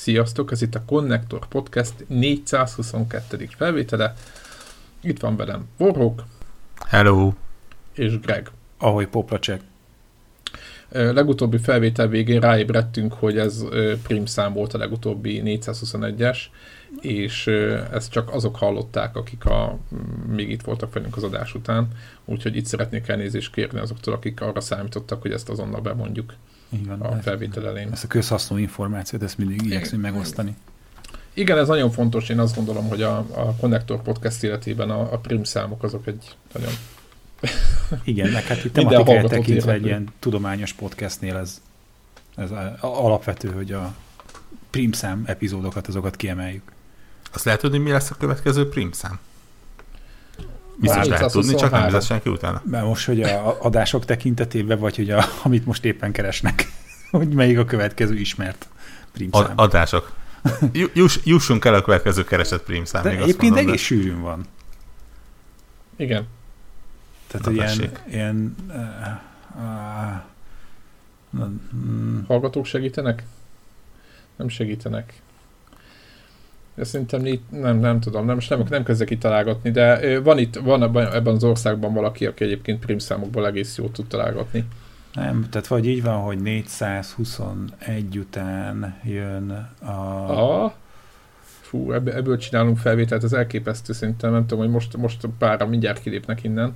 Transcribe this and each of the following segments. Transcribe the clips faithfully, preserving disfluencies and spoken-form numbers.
Sziasztok, ez itt a Konnektor Podcast négyszázhuszonkettő felvétele. Itt van velem Borrók. Hello. És Greg. Ahogy poplacsek. Legutóbbi felvétel végén ráébredtünk, hogy ez prim szám volt a legutóbbi négyszázhuszonegyes, és ezt csak azok hallották, akik a, még itt voltak velünk az adás után, úgyhogy itt szeretnék elnézést kérni azoktól, akik arra számítottak, hogy ezt azonnal bemondjuk van, a felvétel elején. Ezt a közhasznú információt, ezt mindig igyekszünk megosztani. Igen, ez nagyon fontos, én azt gondolom, hogy a, a Konnektor Podcast életében a, a prim számok azok egy nagyon... Igen, meg hát itt tematikáját tekintve egy ilyen tudományos podcastnél ez, ez alapvető, hogy a primszám epizódokat, azokat kiemeljük. Azt lehet tudni, mi lesz a következő primszám? Biztos lehet tudni, csak nem biztos senki utána. Mert most, hogy a adások tekintetében, vagy hogy a, amit most éppen keresnek, hogy melyik a következő ismert primszám. Ad, adások. Juss, jussunk el a következő keresett primszám. De egyébként egész sűrűn van. Igen. Tehát Na, ilyen... ilyen uh, uh, uh, Hallgatók segítenek? Nem segítenek. De szerintem így, nem, nem tudom, nem, nem, nem kezdek itt találgatni, de van itt, van ebben az országban valaki, aki egyébként primszámokból egész jót tud találgatni. Nem, tehát vagy így van, hogy négyszázhuszonegy után jön a... a... Fú, ebből csinálunk felvételt, ez elképesztő szerintem, nem tudom, hogy most, most pára mindjárt kilépnek innen.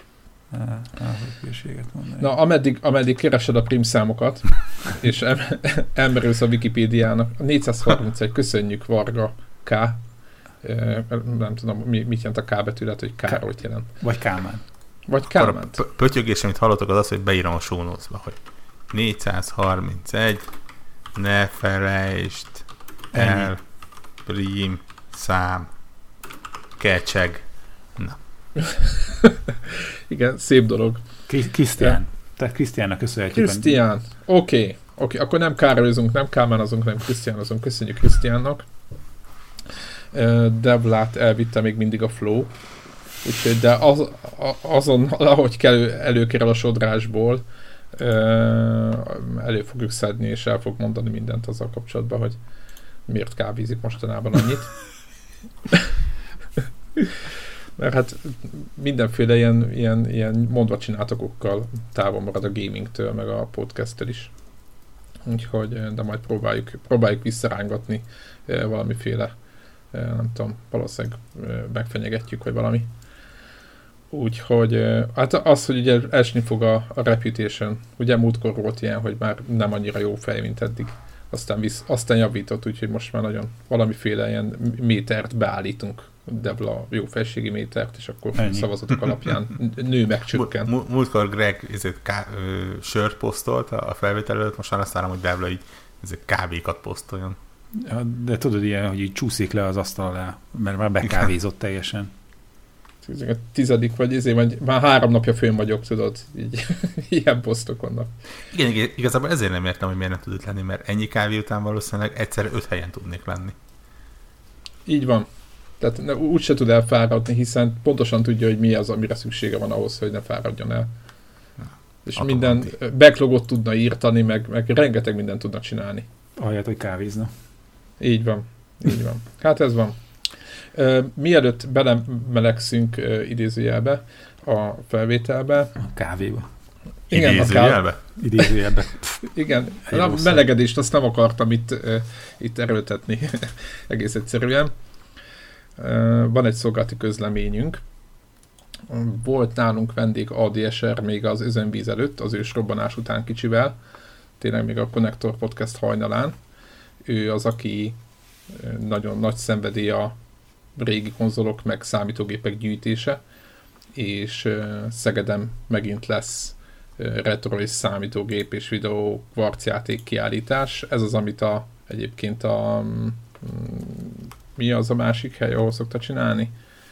Na, ameddig, ameddig keresed a primszámokat, és em, emberülsz a Wikipédiának, a négyszázharmincegy, köszönjük Varga K. E, nem tudom, mi, mit jelent a K betűlet, hogy Károlyt jelent. Vagy Kálmán. Vagy Kálmán. A pötyögés, amit hallottok, az az, hogy beírom a show notes-ba, hogy négyszázharmincegy, ne felejtsd el, prim szám, kecseg. Na. Igen, szép dolog. Krisztián. Ja. Tehát Krisztiánnak köszönhetjük. Krisztián. Oké. Okay. Okay. Akkor nem Károlyozunk, nem Kálmánozunk, nem Krisztiánozunk. Köszönjük Krisztiánnak. Devlát elvitte még mindig a flow. Úgyhogy, de az, azon, ahogy kell, előkerül a sodrásból, elő fogjuk szedni, és el fog mondani mindent azzal kapcsolatban, hogy miért kávézik mostanában annyit. Mert hát mindenféle ilyen, ilyen, ilyen mondva csináltakokkal távol marad a gamingtől, meg a podcasttől is. Úgyhogy, de majd próbáljuk, próbáljuk visszarángatni valamiféle, nem tudom, valószínűleg megfenyegetjük, vagy valami. Úgyhogy, hát az, hogy ugye esni fog a, a Reputation, ugye múltkor volt ilyen, hogy már nem annyira jó fej, mint eddig. Aztán, visz, aztán javított, úgyhogy most már nagyon valamiféle ilyen métert beállítunk, Devla jó felségi métert, és akkor Ennyi. Szavazatok alapján nő megcsökken. M- múltkor Greg ezért ká- ö, sört posztolt a felvétel előtt, most már azt várom, hogy Devla így ezért kávékat posztoljon. Ja, de tudod ilyen, hogy így csúszik le az asztal alá, mert már bekávézott teljesen. A tizedik vagy ezért, vagy már három napja fönn vagyok, tudod, így ilyen posztok vannak. Igen, igazából ezért nem értem, hogy miért nem tud itt lenni, mert ennyi kávé után valószínűleg egyszerre öt helyen tudnék lenni. Így van. Tehát úgy se tud elfáradni, hiszen pontosan tudja, hogy mi az, amire szüksége van ahhoz, hogy ne fáradjon el. Na, és minden backlogot tudna írtani, meg, meg rengeteg mindent tudna csinálni. Ahelyett, hogy kávézna. Így van. Így van. Hát ez van. Uh, mielőtt belemelegszünk uh, idézőjelbe a felvételbe. A kávéba. Igen, idézőjelbe? A ká... Idézőjelbe. Igen, a melegedést azt nem akartam itt, uh, itt erőltetni egész egyszerűen. Uh, van egy szolgálati közleményünk. Volt nálunk vendég á dé es er még az özönvíz előtt, az ősrobbanás után kicsivel. Tényleg még a Konnektor Podcast hajnalán. Ő az, aki nagyon nagy szenvedély a régi konzolok, meg számítógépek gyűjtése, és uh, Szegeden megint lesz uh, retro és számítógép és videó kvarcjáték kiállítás. Ez az, amit a, egyébként a um, mi az a másik hely, ahol szokta csinálni?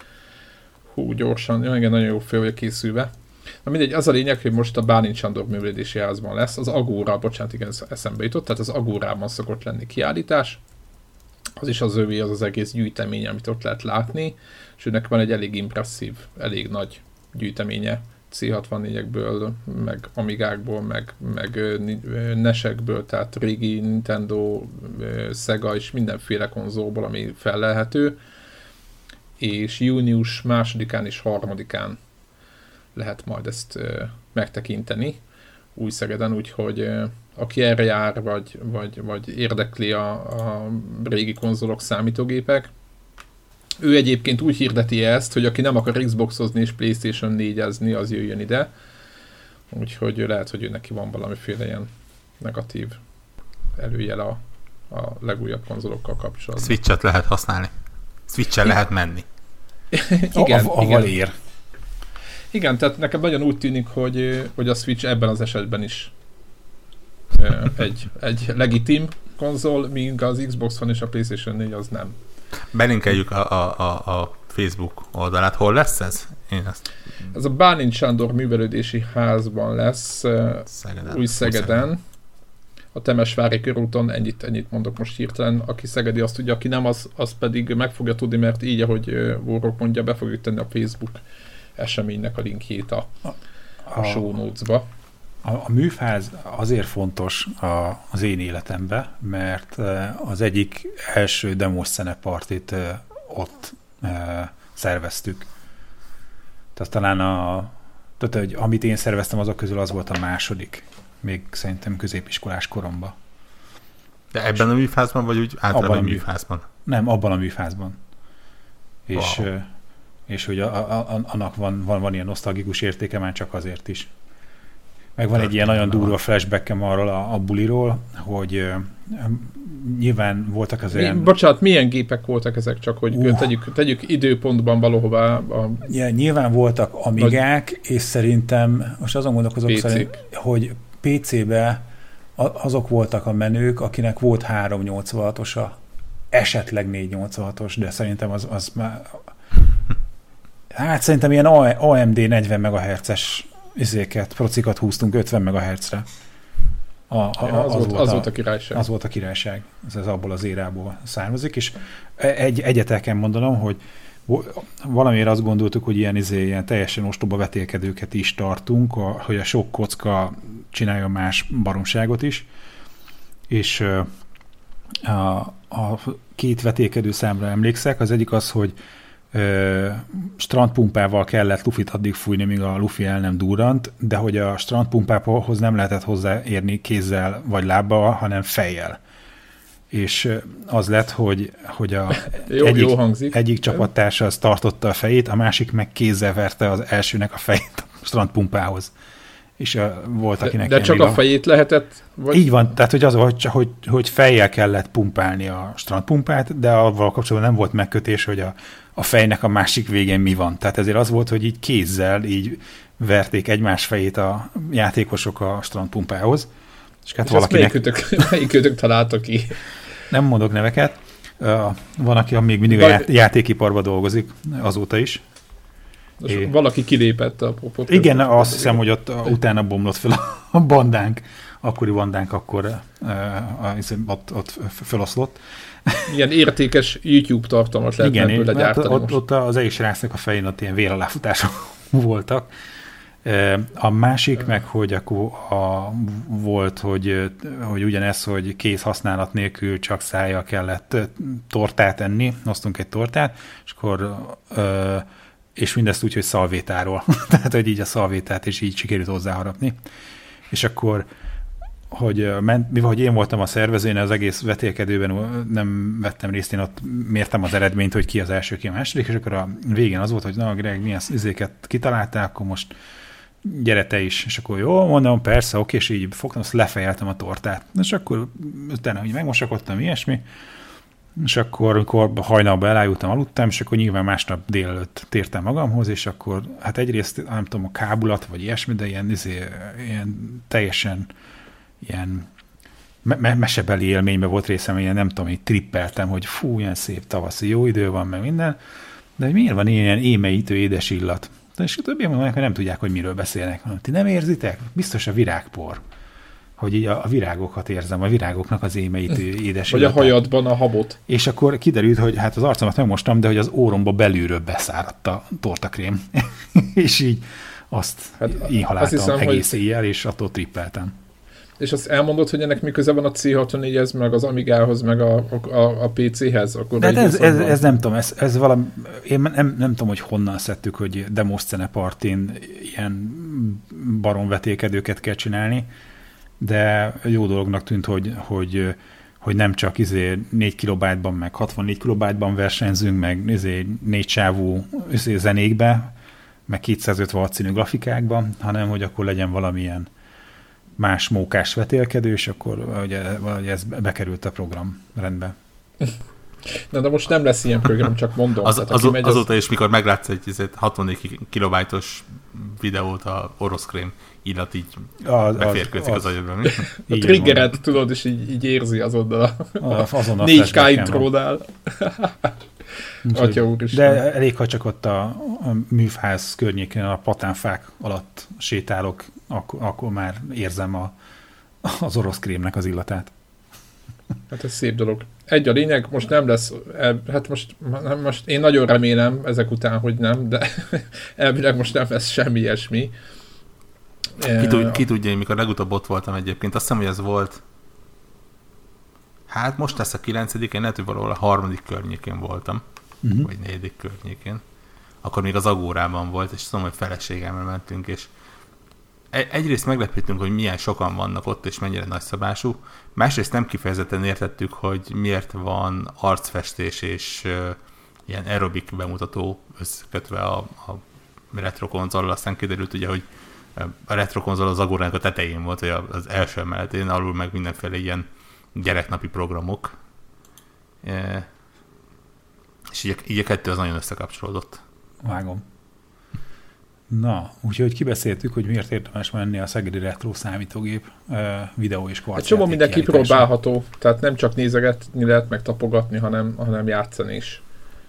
Hú, gyorsan, jó, igen, nagyon jó fel vagy készülve. Na mindegy, az a lényeg, hogy most a Bálint Sándor művelődési házban lesz, az Agóra, bocsánat, igen, eszembe jutott, tehát az Agórában szokott lenni kiállítás. Az is az övé, az az egész gyűjtemény, amit ott lehet látni, és őnek van egy elég impresszív, elég nagy gyűjteménye cé hatvannégyekből, meg Amigákból, meg, meg nesekből, tehát régi Nintendo, Sega és mindenféle konzolból, ami fellelhető, és június másodikán és harmadikán lehet majd ezt megtekinteni Újszegeden, úgyhogy aki erre jár, vagy, vagy, vagy érdekli a, a régi konzolok, számítógépek, ő egyébként úgy hirdeti ezt, hogy aki nem akar Xboxozni és PlayStation négyezni, az jöjjön ide. Úgyhogy lehet, hogy ő neki van valamiféle ilyen negatív előjel a, a legújabb konzolokkal kapcsolatban. Switch-et lehet használni. Switch-el lehet menni. Igen, a, a, a igen. valér. Igen, tehát nekem nagyon úgy tűnik, hogy, hogy a Switch ebben az esetben is egy, egy legitim konzol, míg az Xbox One és a PlayStation négy az nem. Belinkeljük a, a, a, a Facebook oldalát. Hol lesz ez? Én ezt... Ez a Bálint Sándor művelődési házban lesz, Szegeden. Új Szegeden, a Temesvári körúton, ennyit, ennyit mondok most hirtelen. Aki szegedi, azt tudja, aki nem, az, az pedig meg fogja tudni, mert így, ahogy Vorok mondja, be fogjuk tenni a Facebook eseménynek a linkjét a, a show notes-ba. A, a műfáz azért fontos a, az én életemben, mert az egyik első demos szenepartit ott e, szerveztük. Tehát talán a, tehát, hogy amit én szerveztem, azok közül az volt a második, még szerintem középiskolás koromban. De ebben a műfázban, vagy úgy általában a műfázban? Mű... Nem, abban a műfázban. És, wow. és hogy a, a, a, annak van, van, van ilyen nosztalgikus értéke már csak azért is. Meg van egy ilyen nagyon durva flashbackem arról a, a buliról, hogy uh, nyilván voltak az olyan... Bocsánat, milyen gépek voltak ezek, csak hogy uh. tegyük, tegyük időpontban valahová a... Ja, nyilván voltak Amigák, nagy... és szerintem, most azon gondolkozok, szerint, hogy pé cébe azok voltak a menők, akinek volt háromszáznyolcvanhatosa, esetleg négyszáznyolcvanhatos, de szerintem az, az már... Hát szerintem ilyen á em dé negyven megahertzes izéket, procikat húztunk ötven megahertzre. A, a, ja, az, az, volt, az a, volt a királyság. Az volt a királyság. Ez, ez abból az érából származik, és egy, egyet el kell mondanom, hogy valamiért azt gondoltuk, hogy ilyen, izé, ilyen teljesen ostoba vetélkedőket is tartunk, a, hogy a sok kocka csináljon más baromságot is, és a, a két vetélkedő számra emlékszek. Az egyik az, hogy Ö, strandpumpával kellett lufit addig fújni, míg a lufi el nem durrant, de hogy a strandpumpához nem lehetett hozzáérni kézzel vagy lábbal, hanem fejjel. És az lett, hogy, hogy a jó, egyik, jó hangzik. egyik csapattársa az tartotta a fejét, a másik meg kézzel verte az elsőnek a fejét a strandpumpához. És a, volt, akinek de, de csak a, a fejét lehetett? Vagy? Így van, tehát hogy az, hogy, hogy, hogy fejjel kellett pumpálni a strandpumpát, de avval kapcsolatban nem volt megkötés, hogy a, a fejnek a másik végén mi van. Tehát ezért az volt, hogy így kézzel így verték egymás fejét a játékosok a strandpumpához. És hát és valakinek... melyikőtök, melyikőtök találta ki? Nem mondok neveket. Van, aki még mindig Val... a játékiparban dolgozik, azóta is. É. Valaki kilépett a podcast. Igen, azt hiszem, hogy ott utána bomlott fel a bandánk, akkori bandánk akkor ott, ott feloszlott. Ilyen értékes YouTube tartalmat lehetne tőle gyártani ott, most. ott az egész rásznak a fején ott ilyen véraláfutások voltak. A másik meg, hogy akkor a, volt, hogy, hogy ugyanez, hogy kéz használat nélkül csak szájjal kellett tortát enni, hoztunk egy tortát, és akkor és mindezt úgy, hogy szalvétáról. Tehát, hogy így a szalvétát, és így sikerült hozzáharapni. És akkor, hogy, ment, mivel hogy én voltam a szervező, én az egész vetélkedőben nem vettem részt, én ott mértem az eredményt, hogy ki az első, ki a második, és akkor a végén az volt, hogy na, Greg, milyen izéket kitaláltál, akkor most gyere te is. És akkor jó, mondom, persze, oké, és így fogtam, azt lefejeltem a tortát. És akkor utána, hogy megmosakodtam, ilyesmi, és akkor, amikor hajnalban elájultam, aludtam, és akkor nyilván másnap délelőtt tértem magamhoz, és akkor hát egyrészt, nem tudom, a kábulat, vagy ilyesmi, de ilyen, izé, ilyen teljesen ilyen me- mesebeli élményben volt részem, ilyen nem tudom, így trippeltem, hogy fú, ilyen szép tavaszi, jó idő van, meg minden, de hogy miért van ilyen émeítő édes illat? De és többiek mondanak, hogy nem tudják, hogy miről beszélnek. Ti nem érzitek? Biztos a virágpor. Hogy így a, a virágokat érzem, a virágoknak az émeítő édes vagy illatát. A hajadban a habot. És akkor kiderült, hogy hát az arcomat megmostam, de hogy az óromba belülről beszáradt a tortakrém. És így azt hát, inhaláltam hiszem, egész hogy... éjjel, és attól trippeltem. És azt elmondod, hogy ennek mi köze van a cé hatvannégyhez, meg az Amigához, meg a, a, a pé céhez? Akkor de ez, ez, ez nem tudom, ez, ez valami, én nem, nem tudom, hogy honnan szedtük, hogy Demoscene partin ilyen baromvetékedőket kell csinálni, de jó dolognak tűnt, hogy, hogy, hogy nem csak izé négy kilobájtban, meg hatvannégy kilobájtban versenyzünk, meg izé négy sávú izé zenékbe, meg kétszázötven watt színű grafikákban, hanem hogy akkor legyen valamilyen más mókás vetélkedő, és akkor ugye, valahogy ez bekerült a program rendbe. Na, de most nem lesz ilyen program, csak mondom. Az, tehát, az, megy, azóta az... is, mikor meglátsz egy hatvannégy kilobájtos videót, a orosz krém illat így az, beférkőzik az, az, az agyadban. A triggeret, tudod, és így, így érzi azonnal a négy ká intrónál. Atya úr is. De elég, ha csak ott a, a műfház környékén, a patánfák alatt sétálok, akkor, akkor már érzem a, az orosz krémnek az illatát. Hát ez szép dolog. Egy a lényeg, most nem lesz, hát most, most én nagyon remélem ezek után, hogy nem, de elvileg most nem lesz semmi ilyesmi. Ki, tud, ki tudja, én mikor legutóbb ott voltam egyébként, azt hiszem, hogy ez volt, hát most lesz a kilencedikén, lehet, hogy valahol a harmadik környékén voltam, uh-huh. vagy negyedik környékén. Akkor még az Agórában volt, és tudom, hogy feleségemmel mentünk, és egyrészt meglepődtünk, hogy milyen sokan vannak ott, és mennyire nagyszabású. Másrészt nem kifejezetten értettük, hogy miért van arcfestés és uh, ilyen aerobik bemutató összekötve a, a retrokonzollal. Aztán kiderült ugye, hogy a retrokonzol az Agórának a tetején volt, vagy az első emeletén, alul meg mindenféle ilyen gyereknapi programok. E, és így a, így a kettő az nagyon összekapcsolódott. Vágom. Na, úgyhogy kibeszéltük, hogy miért érdemes menni a Szegedi Retro számítógép videó és kvarc. Egy csomó minden kipróbálható, tehát nem csak nézegetni lehet, meg tapogatni, hanem, hanem játszani is.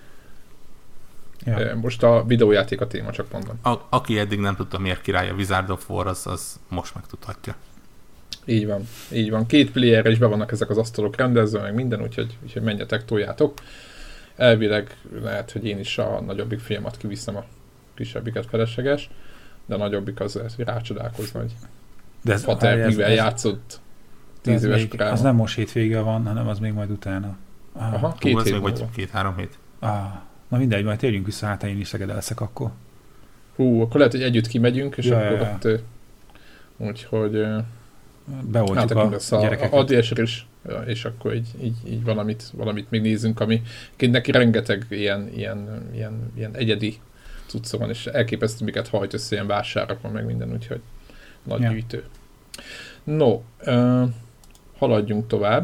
Ja. Most a videójáték a téma, csak mondom. A, aki eddig nem tudta, miért király a Wizard of War, az, az most megtudhatja. Így van, így van. Két playerre is be vannak ezek az asztalok rendezve, meg minden, úgyhogy, úgyhogy menjetek, toljátok. Elvileg lehet, hogy én is a nagyobbik filmet kiviszem, a kisebbiket felesleges, de a nagyobbik az lehet, hogy rácsodálkozna, hogy de ez, Pater ez, mivel ez, játszott tíz éves korában. Az nem most hétvége van, hanem az még majd utána. Ah, Aha, két Hú, hét még vagy két-három hét. Ah, na mindegy, majd térjünk vissza, hát én is Szegeden leszek akkor. Hú, akkor lehet, hogy együtt kimegyünk, és ja, akkor ja, ja. ott úgyhogy beoltjuk a, a gyerekeket. A dé es er is, és akkor így, így, így valamit, valamit még nézzünk, ami neki rengeteg ilyen, ilyen, ilyen, ilyen egyedi cucca van, és elképesztő, miket hajt össze ilyen vásárokon, meg minden, úgyhogy nagy ja. gyűjtő. No, uh, haladjunk tovább.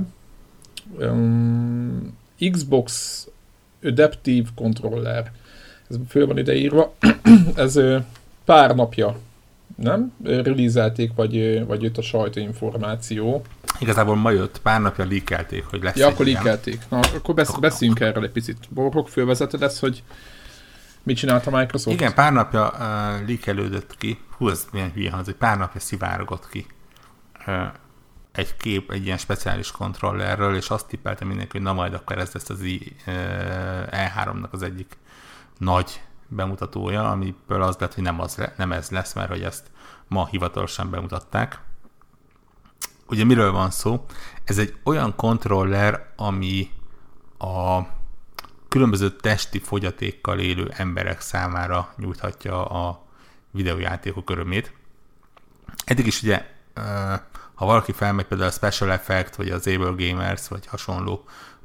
Um, Xbox Adaptive Controller. Ez föl van ideírva. Ez uh, pár napja, nem? Release-elték, vagy, vagy jött a sajtóinformáció. Igazából ma jött, pár napja leakelték, hogy lesz. Ja, akkor leakelték. Na, akkor besz- beszéljünk erről egy picit. Borhok, fölvezeted ezt, hogy mit csinált a Microsoft? Igen, pár napja uh, leakelődött ki. Hú, ez milyen hülye hangzik. Pár napja szivárgott ki uh, egy kép, egy ilyen speciális kontrollerről, és azt tippelte mindenki, hogy na majd akkor ez lesz az E háromnak az egyik nagy bemutatója, amiből az lett, hogy nem, az le, nem ez lesz, mert hogy ezt ma hivatalosan bemutatták. Ugye miről van szó? Ez egy olyan kontroller, ami a különböző testi fogyatékkal élő emberek számára nyújthatja a videójátékok örömét. Eddig is ugye, ha valaki felmegy például a Special Effect, vagy az Able Gamers, vagy hasonló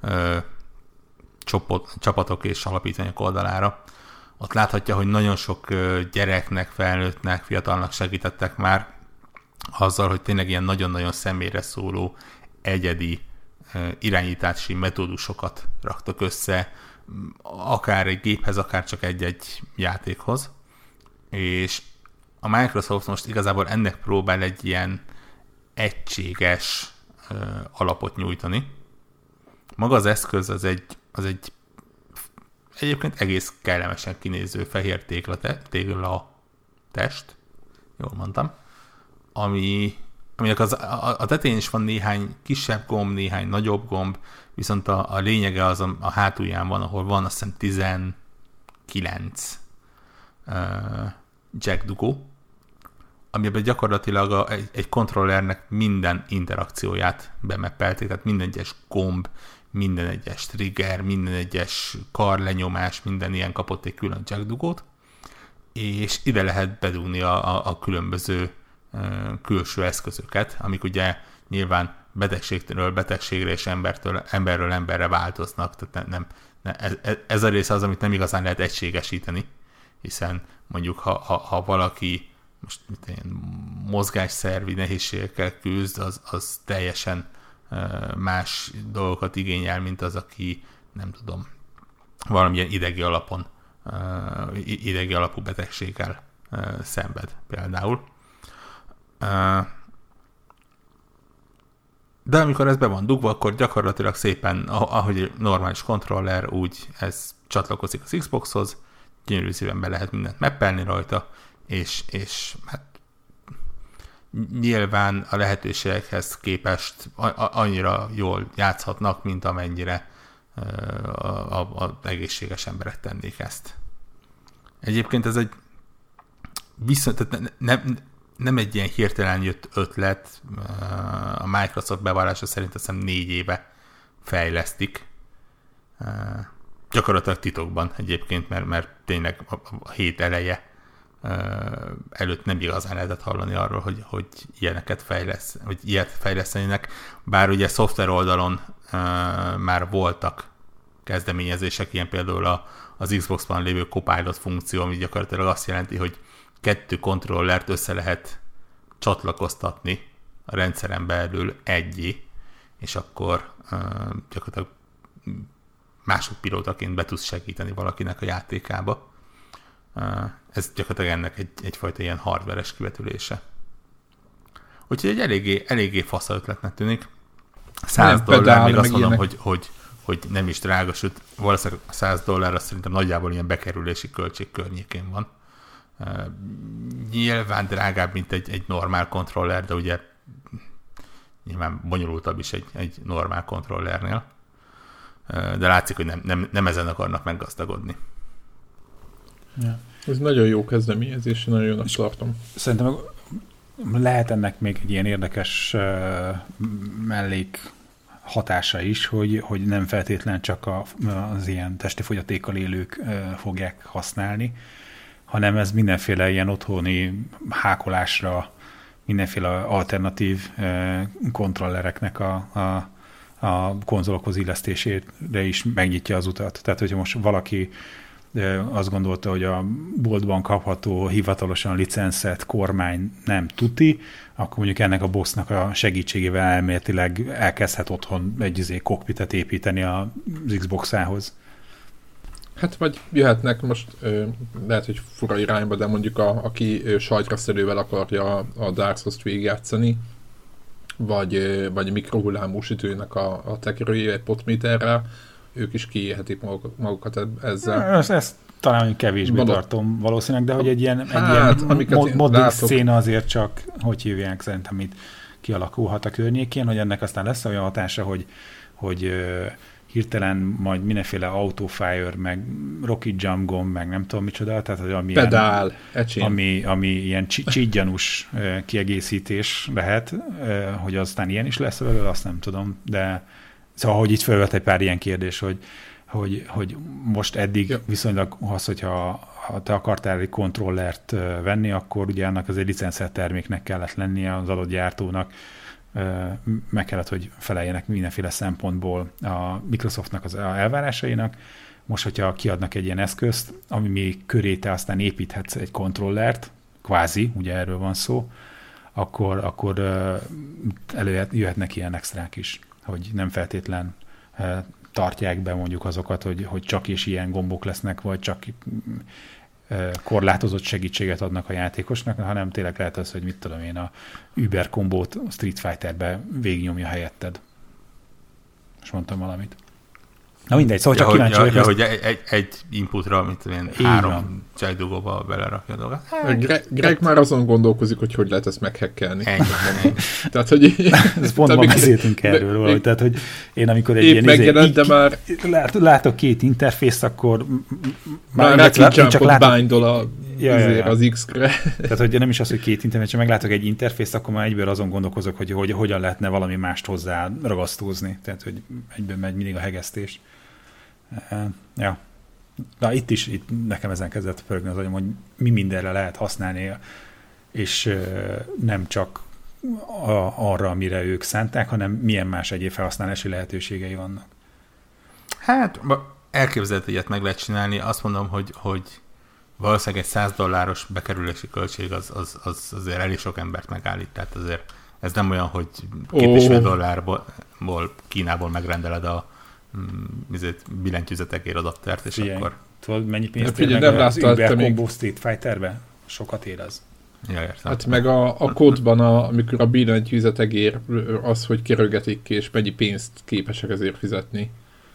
csapatok és alapítványok oldalára, ott láthatja, hogy nagyon sok gyereknek, felnőttnek, fiatalnak segítettek már azzal, hogy tényleg ilyen nagyon-nagyon személyre szóló egyedi irányítási metódusokat raktak össze, akár egy géphez, akár csak egy-egy játékhoz. És a Microsoft most igazából ennek próbál egy ilyen egységes alapot nyújtani. Maga az eszköz az egy, az egy egyébként egész kellemesen kinéző fehér tégla, te, tégla test, jól mondtam, ami, aminek az, a, a tetején is van néhány kisebb gomb, néhány nagyobb gomb, viszont a, a lényege az a, a hátulján van, ahol van azt hiszem tizenkilenc uh, jack dugó, amiben gyakorlatilag a, egy, egy kontrollernek minden interakcióját bemappelték, tehát minden egyes gomb, minden egyes trigger, minden egyes karlenyomás, minden ilyen kapott egy külön jackdugót, és ide lehet bedugni a, a, a különböző uh, külső eszközöket, amik ugye nyilván betegségtől betegségre és embertől, emberről emberre változnak, tehát nem, nem, ez, ez a rész az, amit nem igazán lehet egységesíteni, hiszen mondjuk ha, ha, ha valaki most ilyen mozgásszervi nehézségekkel küzd, az, az teljesen uh, más dolgokat igényel, mint az, aki nem tudom, valamilyen idegi alapon, uh, idegi alapú betegséggel uh, szenved például. Uh, de amikor ez be van dugva, akkor gyakorlatilag szépen, ahogy normális kontroller, úgy ez csatlakozik az Xboxhoz, gyönyörű szépen be lehet mindent mappelni rajta, és, és hát nyilván a lehetőségekhez képest annyira jól játszhatnak, mint amennyire az egészséges emberek tennék ezt. Egyébként ez egy viszont, tehát nem, nem egy ilyen hirtelen jött ötlet, a Microsoft bevallása szerint azt hiszem négy éve fejlesztik. Gyakorlatilag titokban egyébként, mert, mert tényleg a hét eleje előtt nem igazán lehetett hallani arról, hogy, hogy ilyeneket fejlesz, hogy ilyet fejlesztenének, bár ugye szoftver oldalon már voltak kezdeményezések, ilyen például a, az Xbox-ban lévő Copilot funkció, ami gyakorlatilag azt jelenti, hogy kettő kontrollert össze lehet csatlakoztatni a rendszeren belül egyé, és akkor uh, gyakorlatilag másodpilótaként be tudsz segíteni valakinek a játékába. Uh, ez gyakorlatilag ennek egy, egyfajta ilyen hardveres kivetülése. Úgyhogy egy eléggé, eléggé fasz ötletnek tűnik. száz dollár, még azt mondom, hogy, hogy, hogy nem is drága, sőt, valószínűleg száz dollár azt szerintem nagyjából ilyen bekerülési költség környékén van. Uh, nyilván drágább, mint egy, egy normál kontroller, de ugye nyilván bonyolultabb is egy, egy normál kontrollernél. Uh, de látszik, hogy nem, nem, nem ezen akarnak meggazdagodni. Ja. Ez nagyon jó kezdeményezés, nagyon jónak tartom. Szerintem lehet ennek még egy ilyen érdekes uh, mellék hatása is, hogy, hogy nem feltétlen csak a, az ilyen testi fogyatékkal élők uh, fogják használni, hanem ez mindenféle ilyen otthoni hákolásra, mindenféle alternatív uh, kontrollereknek a, a, a konzolokhoz illesztésére is megnyitja az utat. Tehát, hogyha most valaki uh, azt gondolta, hogy a boltban kapható hivatalosan licenszett kormány nem tuti, akkor mondjuk ennek a boxnak a segítségével elméletileg elkezdhet otthon egy izé, kokpitet építeni az Xbox-ához. Hát vagy jöhetnek most, ö, lehet, hogy fura irányba, de mondjuk a, aki ö, sajtraszerűvel akarja a Dark Souls-t végigjátszani, vagy, ö, vagy mikrohullámú sütőnek a, a tekerője egy potméterrel, ők is kiéhetik magukat ezzel. Ezt, ezt talán kevésbé Való... tartom valószínűleg, de hogy egy ilyen, hát, egy ilyen mod- modding széna azért csak, hogy hívják, szerintem itt kialakulhat a környékén, hogy ennek aztán lesz olyan hatása, hogy, hogy ö, hirtelen majd mindenféle autofire, meg rocket jump gomb, meg nem tudom micsoda, tehát hogy ami pedál, ilyen, ami, ami ilyen csígyanús kiegészítés lehet, hogy aztán ilyen is lesz belőle, azt nem tudom, de szóval, hogy itt felvet egy pár ilyen kérdés, hogy, hogy, hogy most eddig ja. viszonylag az, hogyha ha te akartál egy kontrollert venni, akkor ugye annak az egy licenszelt terméknek kellett lennie az adott gyártónak, meg kellett, hogy feleljenek mindenféle szempontból a Microsoftnak az elvárásainak. Most, hogyha kiadnak egy ilyen eszközt, ami még köré te aztán építhetsz egy kontrollert, kvázi, ugye erről van szó, akkor, akkor előjöhetnek ilyen extrák is, hogy nem feltétlen tartják be mondjuk azokat, hogy, hogy csak és ilyen gombok lesznek, vagy csak korlátozott segítséget adnak a játékosnak, hanem tényleg lehet az, hogy mit tudom én, a Uber kombót Street Fighterbe végignyomja helyetted. Most mondtam valamit. Na mindegy, szóval ja, csak kíváncsi vagyok. Ja, hogy hogy egy, egy inputra, mint ilyen három jackdugóba belerakja a dolgot. Greg, Greg már azon gondolkozik, hogy hogy lehet ezt meghekkelni. Ennyi. Tehát, hogy... Ez pont ma beszéltünk erről valahogy. Tehát, hogy én amikor egy ilyen... megjelent, de már... Lát, látok két interfészt, akkor... Már Rocky Jumpot bindol a ja, ja, ja. az X-re. Tehát, hogy nem is az, hogy két internet, csak meglátok egy interfészt, akkor már egyből azon gondolkozok, hogy, hogy hogyan lehetne valami mást hozzá ragasztózni. Tehát, hogy egyből megy mindig a hegesztés. Ja. Na, itt is, itt nekem ezen kezdett pörögni az agyam, hogy mi mindenre lehet használni, és nem csak a, arra, amire ők szánták, hanem milyen más egyéb felhasználási lehetőségei vannak. Hát, elképzelhető, ilyet meg lehet csinálni. Azt mondom, hogy, hogy valószínűleg egy száz dolláros bekerülési költség az, az, az azért elég sok embert megállít. Tehát azért ez nem olyan, hogy két és fél dollárból Kínából megrendeled a billentyűzetekért adaptert, és figyelj, akkor... Tudod, mennyi pénzt ér meg az Uber Combo Street Fighterbe? Sokat ér az. Ja, értem. Hát meg a, a kódban, a, amikor a billentyűzetek ér az, hogy kerülgetik ki, és mennyi pénzt képesek ezért fizetni.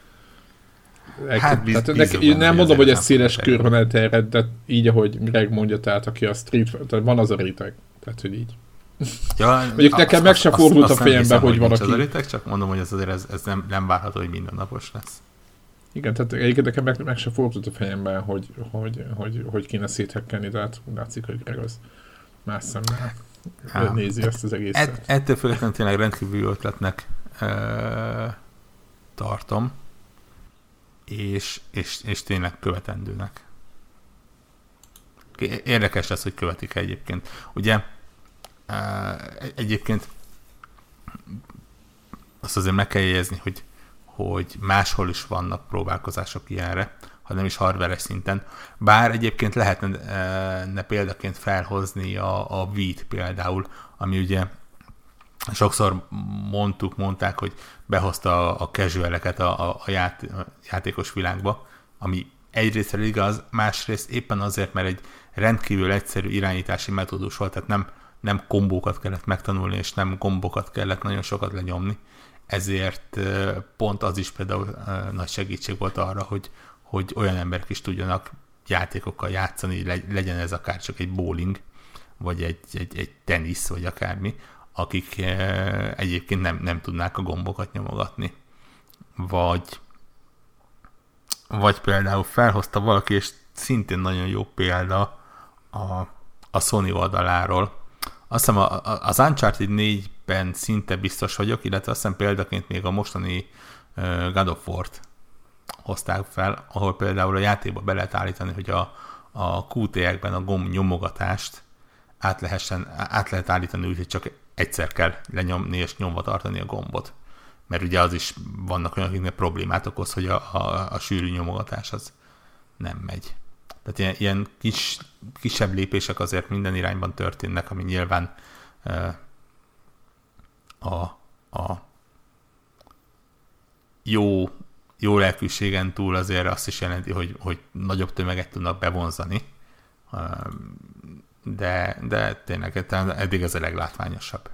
Hát, biz, tehát neki, nem mondom, hogy ez széles körben elterjed, de így, ahogy Greg mondja, tehát aki a Street, tehát van az a réteg. Tehát, hogy így. Ja, mondjuk nekem meg se fordult a fejembe, hogy valaki... Az a réteg, csak mondom, hogy ez azért ez, ez nem, nem várható, hogy mindennapos lesz. Igen, tehát egyébként nekem meg, meg se fordult a fejembe, hogy, hogy, hogy, hogy kéne széthekkelni, de hát látszik, hogy Greg az más szemmel hát, nézi ezt az egészet. Et, ettől függetlenül tényleg rendkívül ötletnek e, tartom, és, és, és tényleg követendőnek. Érdekes lesz, hogy követik egyébként. Ugye egyébként azt azért meg kell jegyezni, hogy, hogy máshol is vannak próbálkozások ilyenre, ha nem is hardware-es szinten. Bár egyébként lehetne példaként felhozni a, a Wii-t például, ami ugye sokszor mondtuk, mondták, hogy behozta a casual-eket a, a, ját, a játékos világba, ami egyrészt igaz, másrészt éppen azért, mert egy rendkívül egyszerű irányítási metódus volt, tehát nem nem kombókat kellett megtanulni, és nem gombokat kellett nagyon sokat lenyomni. Ezért pont az is például nagy segítség volt arra, hogy, hogy olyan emberek is tudjanak játékokkal játszani, legyen ez akár csak egy bowling, vagy egy, egy, egy tenisz, vagy akármi, akik egyébként nem, nem tudnák a gombokat nyomogatni. Vagy, vagy például felhozta valaki, és szintén nagyon jó példa a, a Sony oldaláról. Azt hiszem az Uncharted négyben szinte biztos vagyok, illetve azt hiszem példaként még a mostani God of War-t hozták fel, ahol például a játékba be lehet állítani, hogy a, a kú té-ekben a gomb nyomogatást át, lehessen, át lehet állítani úgy, hogy csak egyszer kell lenyomni és nyomva tartani a gombot. Mert ugye az is vannak olyan, akiknek problémát okoz, hogy a, a, a sűrű nyomogatás az nem megy. Tehát ilyen, ilyen kis, kisebb lépések azért minden irányban történnek, ami nyilván uh, a, a jó, jó lelkűségen túl azért azt is jelenti, hogy, hogy nagyobb tömeget tudnak bevonzani, uh, de, de tényleg eddig ez a leglátványosabb.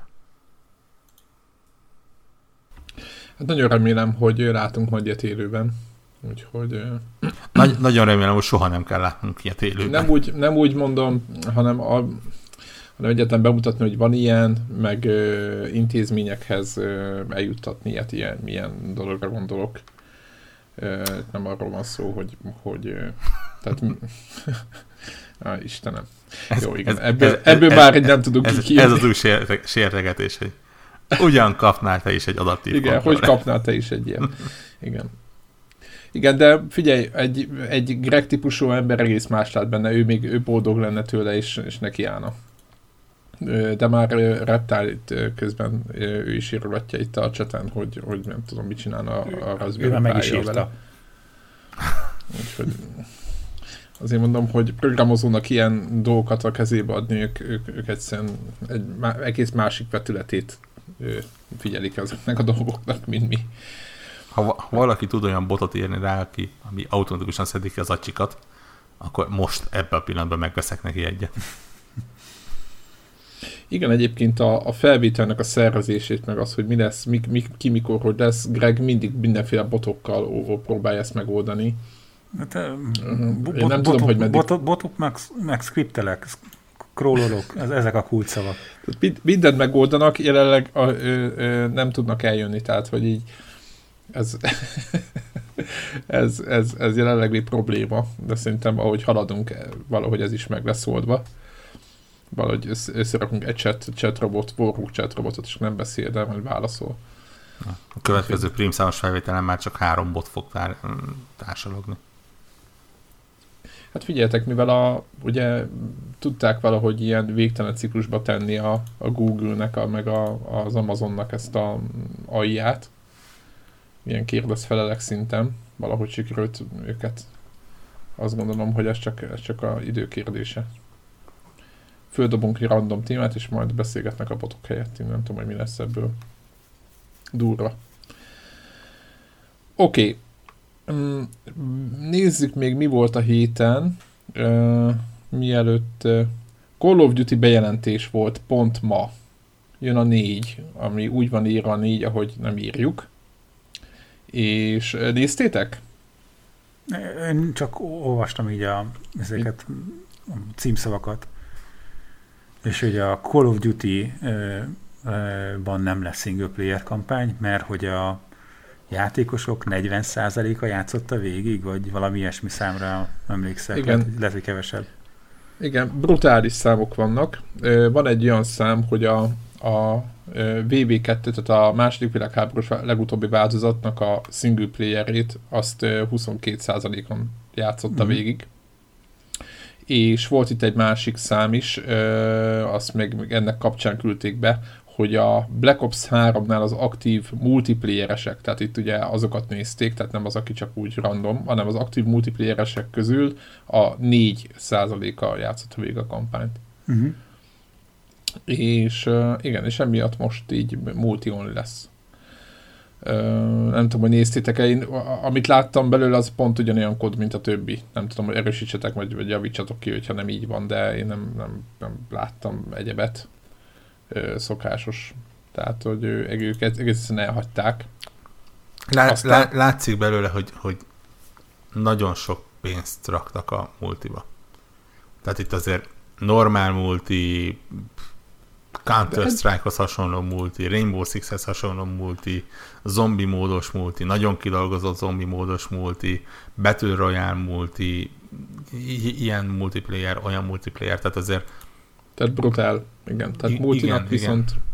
Hát nagyon remélem, hogy látunk majd ilyet élőben. Úgyhogy... Nagy, nagyon remélem, hogy soha nem kell látnunk ilyet élőben. Nem úgy, nem úgy mondom, hanem, a, hanem egyetlen bemutatni, hogy van ilyen, meg ö, intézményekhez ö, eljuttatni ilyet, ilyen, milyen dologra gondolok. Ö, nem arról van szó, hogy... hogy ö, tehát... Á, Istenem. Ez, Jó, igen. Ez, ebből ez, ebből ez, már így nem tudunk ez, kijönni. Ez az új sértegetés, hogy ugyan kapnál te is egy adaptív igen, kontroller. Hogy kapnál te is egy ilyen. Igen. Igen, de figyelj, egy, egy Greg típusú ember egész más lát benne, ő még ő boldog lenne tőle, és, és neki állna. De már Reptile itt közben ő is írogatja itt a chaten, hogy, hogy nem tudom, mit csinálna a Raspberry meg is írta. Úgyhogy azért mondom, hogy programozónak ilyen dolgokat a kezébe adni, ők, ők, ők egyszerűen egy má, egész másik vetületét figyelik ezeknek a dolgoknak, mint mi. Ha valaki tud olyan botot írni rá, aki, ami automatikusan szedik ki az acsikat, akkor most ebben a pillanatban megveszek neki egyet. Igen, egyébként a, a felvételnek a szervezését, meg az, hogy mi lesz, mi, mi, ki mikor, hogy lesz, Greg mindig mindenféle botokkal ó, ó, próbálja ezt megoldani. Hát, uh-huh. bot, Én nem botok, tudom, hogy meddig... Botok, botok meg, meg skriptelek, scrollolok, ez, ezek a kulcsszavak. Mindent megoldanak, jelenleg a, ö, ö, nem tudnak eljönni, tehát, hogy így ez... ez, ez, ez jelenleg egy probléma, de szerintem ahogy haladunk, valahogy ez is meg lesz oldva. Valahogy összerakunk egy chat, chat robot, warhook chat robotot, és nem beszél, de majd válaszol. A következő prímszámos felvételen már csak három bot fog tár- társalogni. Hát figyeljetek, mivel a, ugye tudták valahogy ilyen végtelen ciklusba tenni a, a Google-nek, a, meg a, az Amazonnak ezt a á i-át, ilyen kérdez-felelek szinten, valahogy sikerült őket. Azt gondolom, hogy ez csak, ez csak a idő kérdése. Földobunk egy random témát, és majd beszélgetnek a botok helyett. Én nem tudom, hogy mi lesz ebből. Durva. Oké. Okay. Nézzük még, mi volt a héten. Uh, mielőtt uh, Call of Duty bejelentés volt pont ma. Jön a négy, ami úgy van írva a négy, ahogy nem írjuk. És uh, néztétek? Én csak olvastam így a, ezeket a címszavakat. És hogy a Call of Duty-ban nem lesz single player kampány, mert hogy a játékosok negyven százaléka játszotta végig, vagy valami ilyesmi számra emlékszek. Igen. Lehet, lehet, hogy kevesebb. Igen, brutális számok vannak. Van egy olyan szám, hogy a, a vé vé kettő, tehát a második világháborús legutóbbi változatnak a single playerét azt huszonkét százalékon játszotta mm-hmm. végig. És volt itt egy másik szám is, azt még ennek kapcsán küldték be, hogy a Black Ops háromnál az aktív multiplayeresek, tehát itt ugye azokat nézték, tehát nem az, aki csak úgy random, hanem az aktív multiplayeresek közül a négy százaléka játszott végig a kampányt. Uh-huh. És igen, és emiatt most így multi-only lesz. Nem tudom, hogy néztétek-e, én, amit láttam belőle, az pont ugyanolyan kód, mint a többi. Nem tudom, hogy erősítsetek, vagy, vagy javítsatok ki, hogyha nem így van, de én nem, nem, nem láttam egyebet szokásos. Tehát, hogy őket egészen elhagyták. Lá, Aztán... lá, látszik belőle, hogy, hogy nagyon sok pénzt raktak a multiba. Tehát itt azért normál multi, Counter-Strike-hoz hasonló multi, Rainbow Six-hez hasonló multi, zombi módos multi, nagyon kidolgozott zombi módos multi, Battle Royale multi, i- ilyen multiplayer, olyan multiplayer, tehát azért... Tehát brutál, igen. Tehát I- multinak igen, viszont... Igen.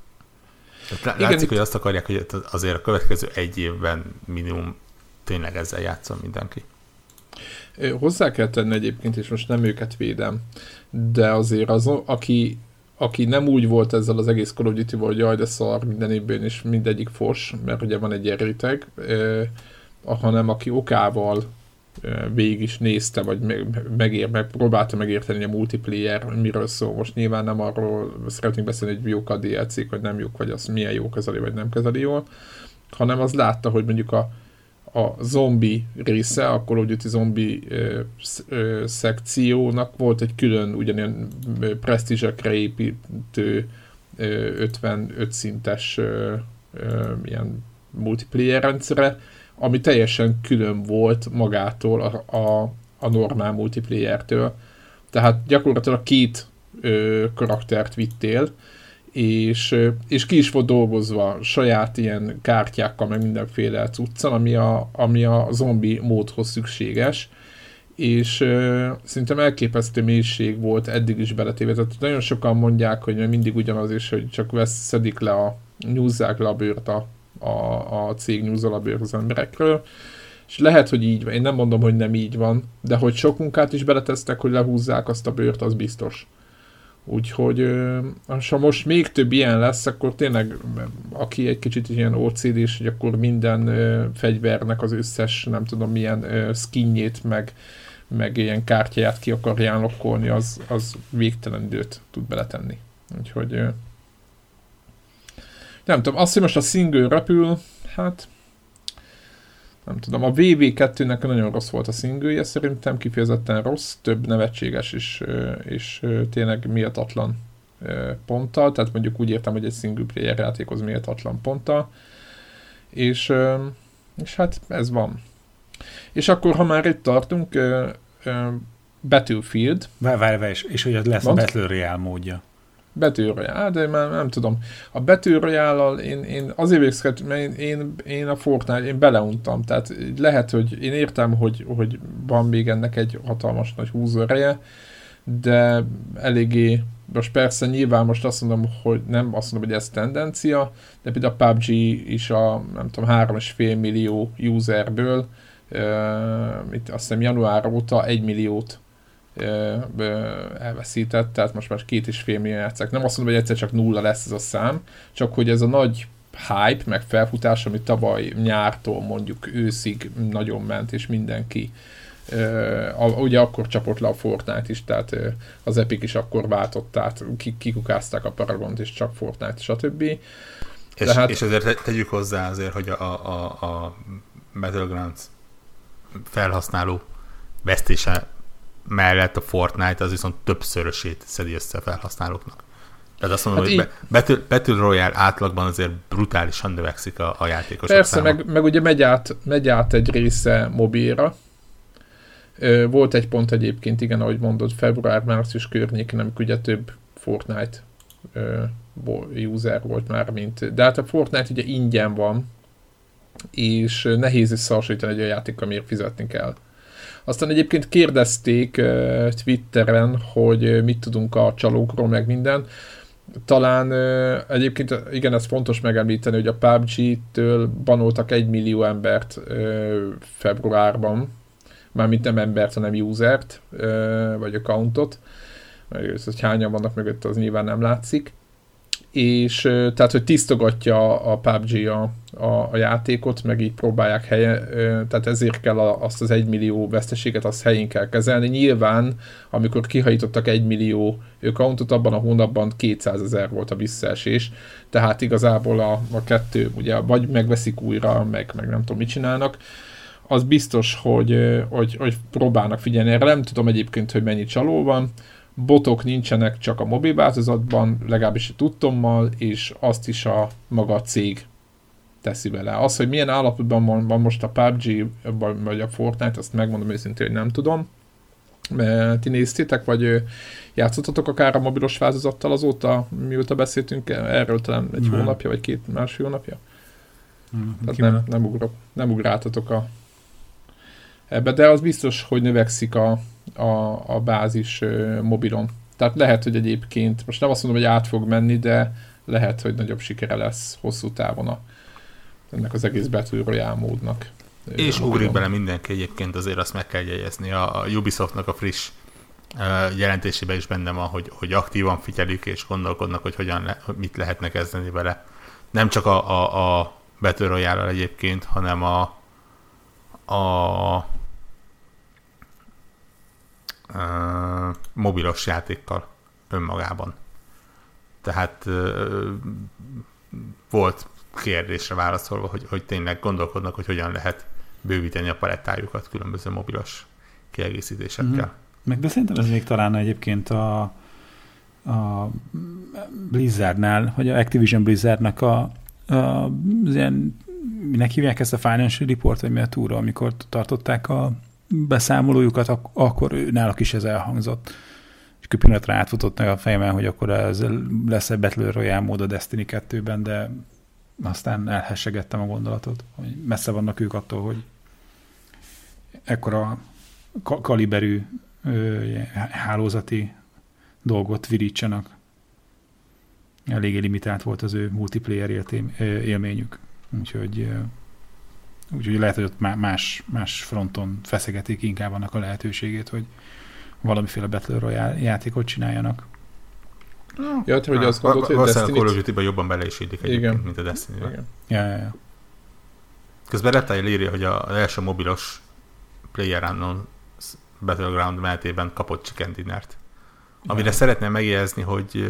Tehát látszik, igen, hogy azt akarják, hogy azért a következő egy évben minimum tényleg ezzel játszom mindenki. Hozzá kell tenni egyébként, és most nem őket védem, de azért az, aki, aki nem úgy volt ezzel az egész Call of Duty-val, hogy jaj, de szar minden évben, és mindegyik fos, mert ugye van egy ilyen réteg, eh, hanem aki okával eh, végig is nézte, vagy meg, megér, meg próbálta megérteni a multiplayer, miről szól. Most nyilván nem arról szeretnénk beszélni, hogy jók a dé el cé-k, vagy nem jók, vagy az milyen jó kezeli, vagy nem kezeli jól, hanem az látta, hogy mondjuk a a zombi része, a Call of Duty zombi ö, ö, szekciónak volt egy külön ugyanilyen presztízsekre építő ö, ötvenöt szintes ö, ö, ilyen multiplayer rendszere, ami teljesen külön volt magától a, a, a normál multiplayertől. Tehát gyakorlatilag két ö, karaktert vittél, És, és ki is volt dolgozva saját ilyen kártyákkal, meg mindenféle cuccal, ami a, ami a zombi módhoz szükséges, és uh, szerintem elképesztő mélység volt eddig is beletéve. Tehát nagyon sokan mondják, hogy mindig ugyanaz is, hogy csak vesz, szedik le a, nyúzzák le a bőrt a, a, a cég nyúzzal a bőrt az emberekről, és lehet, hogy így van. Én nem mondom, hogy nem így van, de hogy sok munkát is beletesztek, hogy lehúzzák azt a bőrt, az biztos. Úgyhogy ha most még több ilyen lesz, akkor tényleg, aki egy kicsit ilyen ó cé dés, hogy akkor minden ö, fegyvernek az összes, nem tudom milyen ö, skinjét, meg, meg ilyen kártyáját ki akarján lokkolni, az, az végtelen időt tud beletenni. Úgyhogy ö, nem tudom, azt, hogy most a single repül, hát nem tudom, a vé vé kettőnek nagyon rossz volt a singlje, szerintem kifejezetten rossz, több nevetséges és, és tényleg méltatlan ponttal, tehát mondjuk úgy értem, hogy egy single player játékhoz méltatlan ponttal, és, és hát ez van. És akkor, ha már itt tartunk, Battlefield. Várj, várj, és, és hogy lesz Mond? A Battle Royale módja. Battle Royale, de már nem tudom. A Battle Royale-al én, én azért végzett, mert én, én, én a Fortnite, én beleuntam, tehát lehet, hogy én értem, hogy, hogy van még ennek egy hatalmas nagy húzóereje, de eléggé, most persze nyilván most azt mondom, hogy nem azt mondom, hogy ez tendencia, de például a pé u bé gé is a, nem tudom, három és fél millió userből, uh, itt azt hiszem január óta egy milliót elveszített, tehát most már két és fél millió játszák. Nem azt mondom, hogy egyszer csak nulla lesz ez a szám, csak hogy ez a nagy hype, meg felfutás, ami tavaly nyártól mondjuk őszig nagyon ment, és mindenki uh, ugye akkor csapott le a Fortnite is, tehát uh, az Epic is akkor váltott, tehát kikukázták a Paragont, és csak Fortnite, stb. És, hát, és ezért tegyük hozzá azért, hogy a, a, a Battlegrounds felhasználó vesztése mellett a Fortnite az viszont többszörösét szedi össze a felhasználóknak. Tehát azt mondom, hát hogy így... Battle, Battle Royale átlagban azért brutálisan növekszik a, a játékosok Persze, száma. meg, meg ugye megy át, megy át egy része mobilra. Volt egy pont egyébként, igen, ahogy mondod, február-március környékén, amikor ugye több Fortnite user volt már, mint... De hát a Fortnite ugye ingyen van, és nehéz összehasonlítani, hogy a játékkal miért fizetni kell. Aztán egyébként kérdezték uh, Twitteren, hogy uh, mit tudunk a csalókról, meg minden. Talán uh, egyébként igen, ez fontos megemlíteni, hogy a pé u bé gé-től banoltak egy millió embert uh, februárban, mármint nem embert, hanem usert, uh, vagy accountot. Ez, hogy hányan vannak mögött, az nyilván nem látszik. És uh, tehát, hogy tisztogatja a pé u bé gé a, a, a játékot, meg így próbálják helye, uh, tehát ezért kell a, azt az egymillió veszteséget, azt helyén kell kezelni. Nyilván, amikor kihajítottak egymillió accountot, abban a hónapban kétszázezer volt a visszaesés, tehát igazából a, a kettő, ugye, vagy megveszik újra, meg, meg nem tudom, mit csinálnak. Az biztos, hogy, hogy, hogy próbálnak figyelni erre. Nem tudom egyébként, hogy mennyi csaló van. Botok nincsenek csak a mobil változatban, legalábbis a tudtommal, és azt is a maga a cég teszi vele. Az, hogy milyen állapotban van, van most a pé u bé gé vagy a Fortnite, azt megmondom őszintén, hogy nem tudom. Ti néztétek, vagy játszottatok akár a mobilos változattal azóta, mióta beszéltünk erről, talán egy nem. hónapja, vagy két másfél hónapja? Nem, Tehát nem, nem, ugrok, nem ugráltatok a ebbe, de az biztos, hogy növekszik a A, a bázis uh, mobilon. Tehát lehet, hogy egyébként, most nem azt mondom, hogy át fog menni, de lehet, hogy nagyobb sikere lesz hosszú távon a, ennek az egész Battle Royale módnak. És ugrik bele mindenki egyébként, azért azt meg kell jegyezni. A, a Ubisoftnak a friss uh, jelentésében is benne van, hogy, hogy aktívan figyelik és gondolkodnak, hogy hogyan le, mit lehetne kezdeni vele. Nem csak a, a, a Battle Royale-al egyébként, hanem a, a Uh, mobilos játékkal önmagában. Tehát uh, volt kérdésre válaszolva, hogy, hogy tényleg gondolkodnak, hogy hogyan lehet bővíteni a palettájukat különböző mobilos kiegészítésekkel. Mm. Meg de szerintem ez még talán egyébként a, a Blizzardnál, vagy a Activision Blizzardnak a, a az ilyen, minek hívják ezt a Financial Report, vagy mi a túra, amikor tartották a beszámolójukat, ak- akkor náluk is ez elhangzott. És pillanatra átfutott meg a fejemen, hogy akkor ez lesz egy Battle Royale mód a Destiny kettőben, de aztán elhessegettem a gondolatot, hogy messze vannak ők attól, hogy ekkora ka- kaliberű ö, hálózati dolgot virítsanak. Eléggé limitált volt az ő multiplayer éltém, élményük. Úgyhogy Úgyhogy lehet, hogy ott más, más fronton feszegetik inkább annak a lehetőségét, hogy valamiféle Battle Royale játékot csináljanak. Ja, te hogy azt gondolod, hogy a Destiny-t... A Call of Duty-ban jobban bele is illik egyébként, mint a Destiny-ben. Ja, ja, ja. Közben Reptile írja, hogy az első mobilos PlayerUnknown Battleground menetében kapott chicken dinnert. Amire ja. szeretném megjegyezni, hogy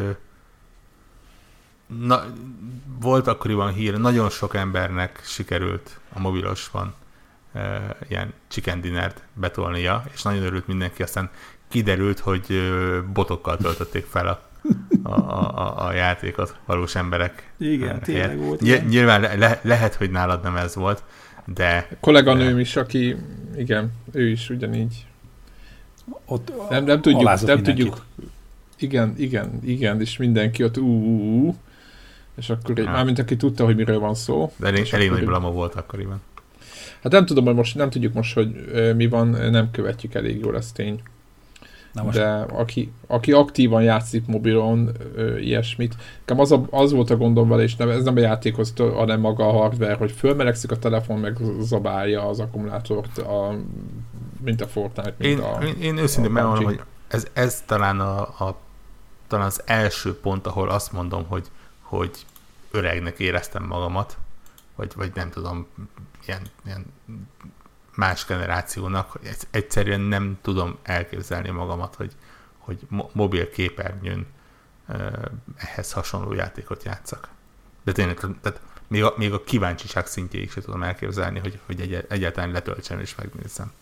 na, volt akkoriban hír, nagyon sok embernek sikerült a mobilosban e, ilyen chicken dinnert betolnia, és nagyon örült mindenki, aztán kiderült, hogy botokkal töltötték fel a, a, a, a játékot valós emberek. Igen, tényleg volt. Ny- nyilván le, lehet, hogy nálad nem ez volt, de... A kolléganőm is, aki, igen, ő is ugyanígy. Ott nem, nem tudjuk, nem tudjuk, Igen, igen, igen, és mindenki ott ú, és akkor egy, mármint aki tudta, hogy miről van szó. De elég, elég nagy blama volt akkoriban. Hát nem tudom, hogy most, nem tudjuk most, hogy mi van, nem követjük elég jól, ez tény. De aki, aki aktívan játszik mobilon, ö, ilyesmit, az, a, az volt a gondom vele, és nem, ez nem a játékhoz, hanem maga a hardware, hogy fölmelegszik a telefon, meg zabálja az akkumulátort, a, mint a Fortnite, mint én, a... Én, én őszintén megmondom, hogy ez, ez talán, a, a, talán az első pont, ahol azt mondom, hogy, hogy öregnek éreztem magamat, vagy, vagy nem tudom, ilyen, ilyen más generációnak, hogy egyszerűen nem tudom elképzelni magamat, hogy, hogy mobil képernyőn ehhez hasonló játékot játszak. De tényleg, tehát még a, még a kíváncsiság szintjéig sem tudom elképzelni, hogy, hogy egy, egyáltalán letöltsem és megnézzem.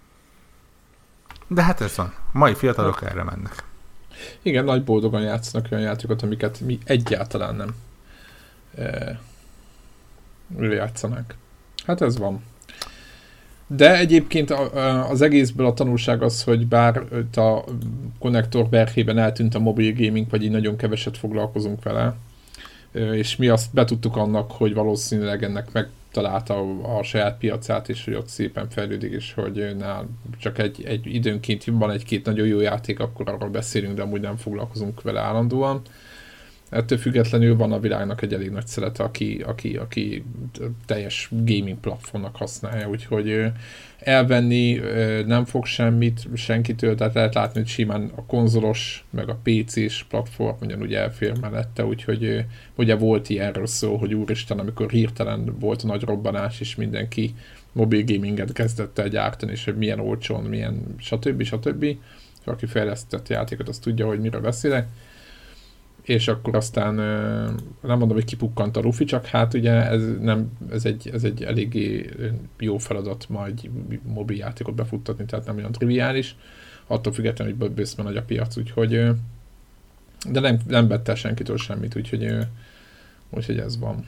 De hát ez van. Mai fiatalok erre mennek. Igen, nagy boldogan játszanak olyan játékokat, amiket mi egyáltalán nem e, játszanák. Hát ez van. De egyébként az egészből a tanulság az, hogy bár a konnektor berkében eltűnt a mobil gaming, vagy így nagyon keveset foglalkozunk vele, és mi azt betudtuk annak, hogy valószínűleg ennek megtalálta a saját piacát, és hogy ott szépen fejlődik, és hogy nál csak egy, egy időnként van egy-két nagyon jó játék, akkor arról beszélünk, de amúgy nem foglalkozunk vele állandóan. Ettől függetlenül van a világnak egy elég nagy szelete, aki, aki, aki teljes gaming platformnak használja, úgyhogy elvenni nem fog semmit senkitől, tehát lehet látni, hogy simán a konzolos, meg a pé cés platform ugyanúgy elfér mellette, úgyhogy ugye volt ilyenről szó, hogy úristen, amikor hirtelen volt a nagy robbanás, és mindenki mobil gaminget kezdett el gyártani, és hogy milyen olcsón, milyen stb. stb. Aki fejlesztett játékot, az tudja, hogy miről beszélek. És akkor aztán nem mondom, hogy kipukkant a rufi, csak hát ugye ez, nem, ez, egy, ez egy eléggé jó feladat ma egy mobil játékot befuttatni, tehát nem olyan triviális, attól függetlenül, hogy bőszben nagy a piac, úgyhogy de nem, nem vett el senkitől semmit, úgyhogy, úgyhogy ez van.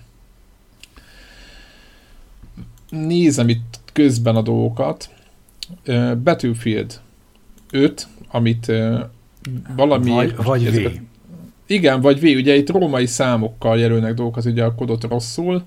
Nézem itt közben a dolgokat. Battlefield öt, amit valami... Vagy, vagy V. Igen, vagy V, ugye itt római számokkal jelölnek dolgokat, ugye a kodot rosszul.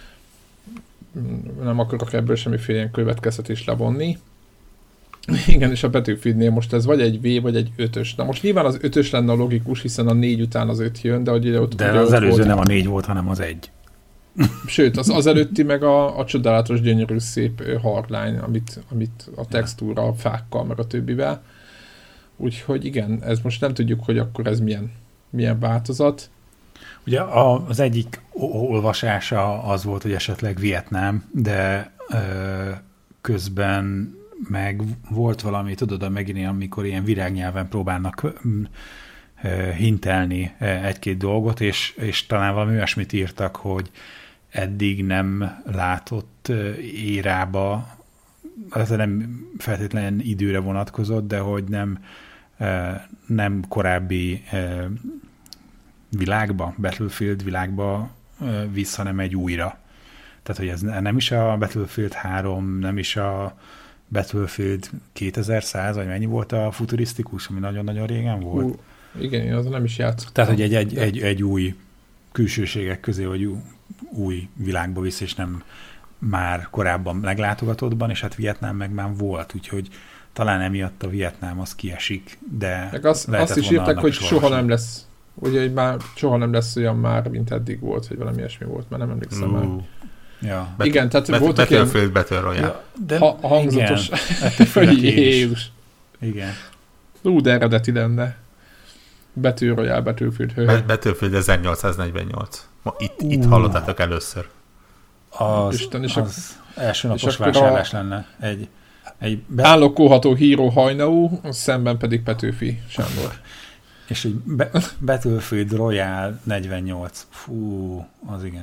Nem akarok ebből semmiféle ilyen következtetést levonni. Igen, és a Battlefieldnél most ez vagy egy V, vagy egy ötös. Na most nyilván az ötös lenne a logikus, hiszen a négy után az öt jön, de ugye ott... De ugye az ott előző volt, nem a négy volt, hanem az egy. Sőt, az, az előtti meg a, a csodálatos, gyönyörű, szép hardline, amit, amit a textúra, a fákkal, meg a többivel. Úgyhogy igen, ez most nem tudjuk, hogy akkor ez milyen milyen változat. Ugye az egyik olvasása az volt, hogy esetleg Vietnám, de ö, közben meg volt valami, tudod, megint amikor ilyen virágnyelven próbálnak ö, hintelni egy-két dolgot, és, és talán valami olyasmit írtak, hogy eddig nem látott érába, ez nem feltétlenül időre vonatkozott, de hogy nem nem korábbi világba, Battlefield világba visz, hanem egy újra. Tehát, hogy ez nem is a Battlefield három, nem is a Battlefield kétezer-száz, vagy mennyi volt a futurisztikus, ami nagyon-nagyon régen volt. Uh, igen, én azon nem is játszottam. Tehát, hogy egy, egy, egy, egy új külsőségek közé, vagy új világba visz, és nem már korábban meglátogatottban, és hát Vietnám meg már volt, úgyhogy talán emiatt a Vietnám az kiesik, de meg azt, azt is írták, hogy soha valami. Nem lesz, ugye, hogy már soha nem lesz olyan már, mint eddig volt, hogy valami ilyesmi volt, mert nem emlékszem uh. már. Ja. Bet- igen, tehát bet- voltak ilyen... Battlefield Battle Royale. Ja, de ha, hangzatos. Jézus. Igen. Ú, de eredeti lenne. Battle Royale, Battlefield. Bet- Battlefield ezernyolcszáznégyvennyolc. Ma itt, uh. itt hallottátok először. Az, Isten, és az a, első napos vásárlás a... lenne. Egy Egy be... állokóható Híró Hajnaú, szemben pedig Petőfi Sándor. És egy be- Battlefield Royale negyvennyolc. Fú, az igen.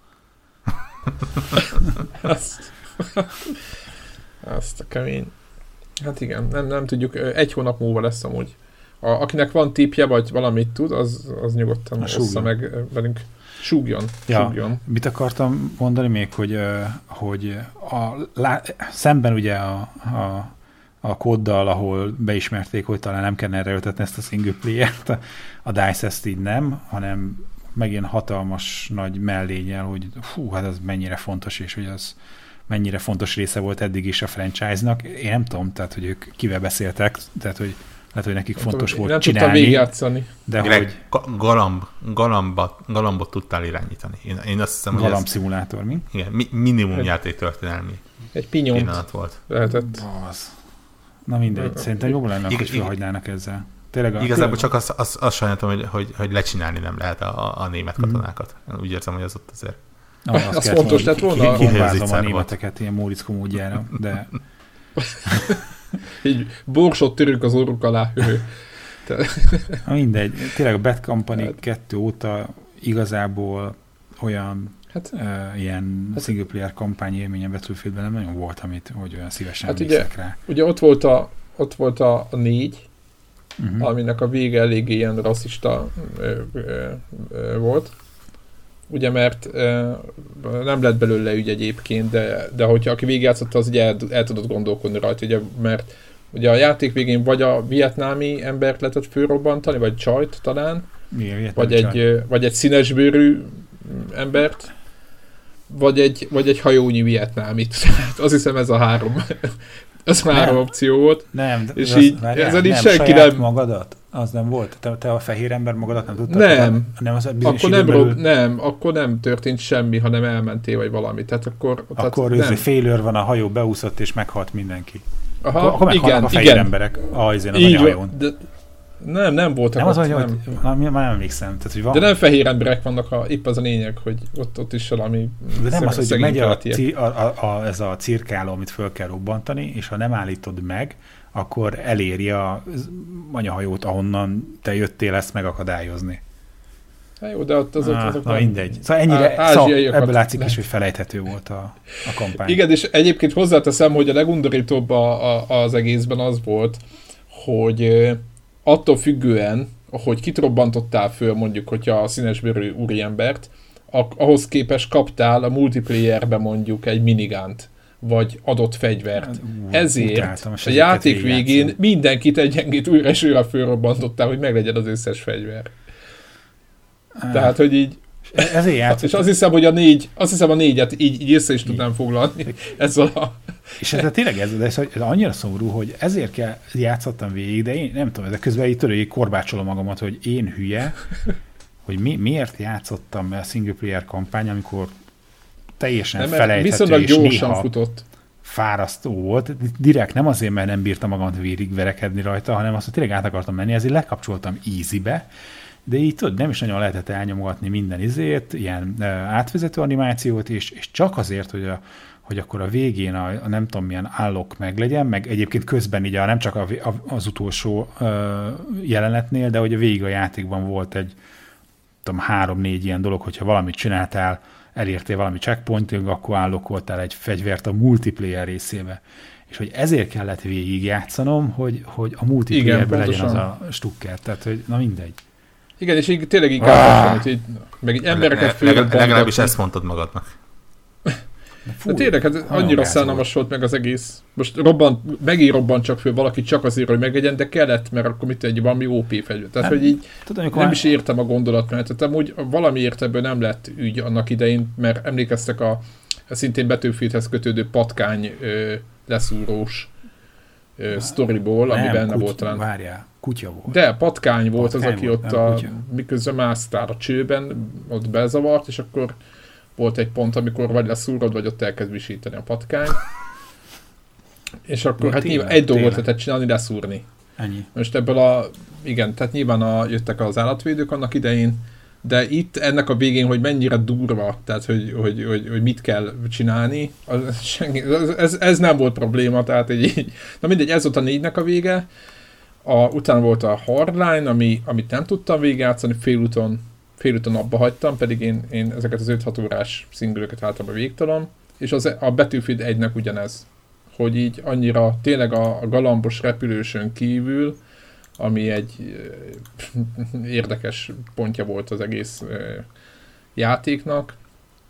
azt, azt a kemény. Hát igen, nem, nem tudjuk. Egy hónap múlva lesz amúgy. A, akinek van tippje, vagy valamit tud, az, az nyugodtan ossza meg velünk. Súgjon. Ja, súgjon. Mit akartam mondani még, hogy, hogy a, lá, szemben ugye a, a a kóddal, ahol beismerték, hogy talán nem kellene erőltetni ezt a single player-t. A DICE ezt így nem, hanem megint hatalmas nagy mellénnyel, hogy fú, hát az mennyire fontos, és hogy az mennyire fontos része volt eddig is a franchise-nak. Én nem tudom, tehát, hogy ők kivel beszéltek, tehát, hogy lehet, hogy nekik fontos nem volt nem csinálni. Nem végigjátszani. De Greg, hogy... galamb, galambot, galambot tudtál irányítani. Én, én azt hiszem, galamb hogy ez, szimulátor, mi? igen, mi, minimum játéktörténelmi Egy pinyont pillanat volt. lehetett. Az. Na mindegy, szerintem jobb lenne, hogy felhagynának ezzel. Tényleg a, Igazából csak azt az, az sajnáltam, hogy, hogy, hogy lecsinálni nem lehet a, a német katonákat. Úgy érzem, hogy az ott azért... Na, azt az fontos lett volna. Bombázom a németeket ilyen Móriczko módjára, de... Így borsot törünk az orruk alá. Na mindegy. Tényleg a Bad Company hát. kettő óta igazából olyan hát, uh, ilyen hát, single player kampány élményen Battlefieldben nem nagyon volt, amit, hogy olyan szívesen hát ugye, rá. Ugye ott volt a, ott volt a, a négy, uh-huh. aminek a vége eléggé ilyen rasszista ö, ö, ö, volt. Ugye, mert ö, nem lett belőle ügy egyébként, de, de hogyha aki végigjátszotta, az ugye el, el tudott gondolkodni rajta, ugye, mert ugye a játék végén vagy a vietnámi embert lehetett fölrobbantani, vagy csajt talán, igen, vagy, egy, vagy egy színesbőrű embert, vagy egy, vagy egy hajónyi vietnámit. Azt hiszem ez a három, ez a három opció volt. Nem, és így, várjál, ezen így nem, senki saját nem... magadat? Az nem volt? Te, te a fehér ember magadat nem tudtad? Nem. nem az akkor nem, belül... nem, akkor nem történt semmi, hanem elmentél, vagy valami. Tehát akkor... Akkor tehát félőr van, a hajó beúszott, és meghalt mindenki. Aha, akkor, akkor igen, a fehér igen. emberek az anyahajón. De... Nem, nem voltak nem ott. Az, nem. Hogy, már nem emlékszem. Tehát, hogy van... De nem fehér emberek vannak, a, épp az a lényeg, hogy ott, ott is valami... De nem az, hogy megy a, a, a, a, ez a cirkáló, amit föl kell robbantani, és ha nem állítod meg, akkor eléri a anyahajót, ahonnan te jöttél ezt megakadályozni. Hát jó, de ott azok... Ah, azok na nem... mindegy. Szóval ennyire, szóval ebből látszik is, hogy felejthető volt a, a kampány. Igen, és egyébként hozzáteszem, hogy a legundorítóbb a, a, az egészben az volt, hogy attól függően, hogy kit robbantottál föl, mondjuk, hogyha a színesbőrű úriembert, ahhoz képest kaptál a multiplayerbe mondjuk egy minigánt, vagy adott fegyvert. Uh, Ezért a játék végén játszom. Mindenkit egyenként újra és újra fölrobbantottál, hogy meglegyen az összes fegyver. Uh, Tehát, hogy így... Ezért játszom. És azt hiszem, hogy a négy, azt hiszem a négyet így, így össze is tudnám foglalni. Ezzel a... És ez tényleg ez, de ez, ez annyira szomorú, hogy ezért kell játszottam végig, de én nem tudom, de közben így törői korbácsolom magamat, hogy én hülye, hogy mi, miért játszottam a single player kampány, amikor teljesen nem, felejthető és néha futott. Fárasztó volt. Direkt nem azért, mert nem bírtam magamat végigverekedni rajta, hanem azt, hogy tényleg át akartam menni, ezért lekapcsoltam easybe, de így tudod, nem is nagyon lehetett elnyomogatni minden izét, ilyen uh, átvezető animációt, és, és csak azért, hogy, a, hogy akkor a végén a, a nem tudom milyen állok meglegyen, meg egyébként közben így a, nem csak a, a, az utolsó uh, jelenetnél, de hogy a végig a játékban volt egy tudom, három-négy ilyen dolog, hogyha valamit csináltál, elértél valami checkpointig, akkor állokoltál egy fegyvert a multiplayer részébe. És hogy ezért kellett végig játszanom, hogy, hogy a multiplayerben legyen az a stukker. Tehát, hogy na mindegy. Igen, és így tényleg így káposan, hogy így, meg így embereket főleg... Legalábbis ezt mondtad magadnak. Fú, de tényleg, hát annyira szánalmas volt meg az egész. Most robbant, megint robbant csak föl valaki csak azért, hogy meglegyen, de kellett, mert akkor mit egy valami ó pé fegyver. Tehát, nem, hogy így tudom, nem már... is értem a gondolatmenetet. Amúgy valamiért ebből nem lett ügy annak idején, mert emlékeztek a, a szintén Battlefieldhez kötődő patkány ö, leszúrós ö, sztoriból, nem, ami benne kuty, volt talán. Várjál, kutya volt. De patkány volt patkány az, aki volt, ott a, miközben másztál a csőben, ott bezavart, és akkor volt egy pont, amikor vagy leszúrod, vagy ott elkezd visítani a patkány. És akkor ja, hát tényleg, nyilván egy dolgot lehetett csinálni, leszúrni. Ennyi. Most ebből a, igen, tehát nyilván a, jöttek az állatvédők annak idején, de itt ennek a végén, hogy mennyire durva, tehát hogy, hogy, hogy, hogy mit kell csinálni, az, senki, ez, ez nem volt probléma, tehát így, na mindegy, ez volt a négynek a vége. A, utána volt a Hardline, ami, amit nem tudtam végigjátszani, félúton félúton abba hagytam, pedig én, én ezeket az öt-hat órás szingülöket általában végtelen, és az, a Battlefield egynek ugyanez, hogy így annyira tényleg a, a galambos repülősön kívül, ami egy érdekes pontja volt az egész játéknak,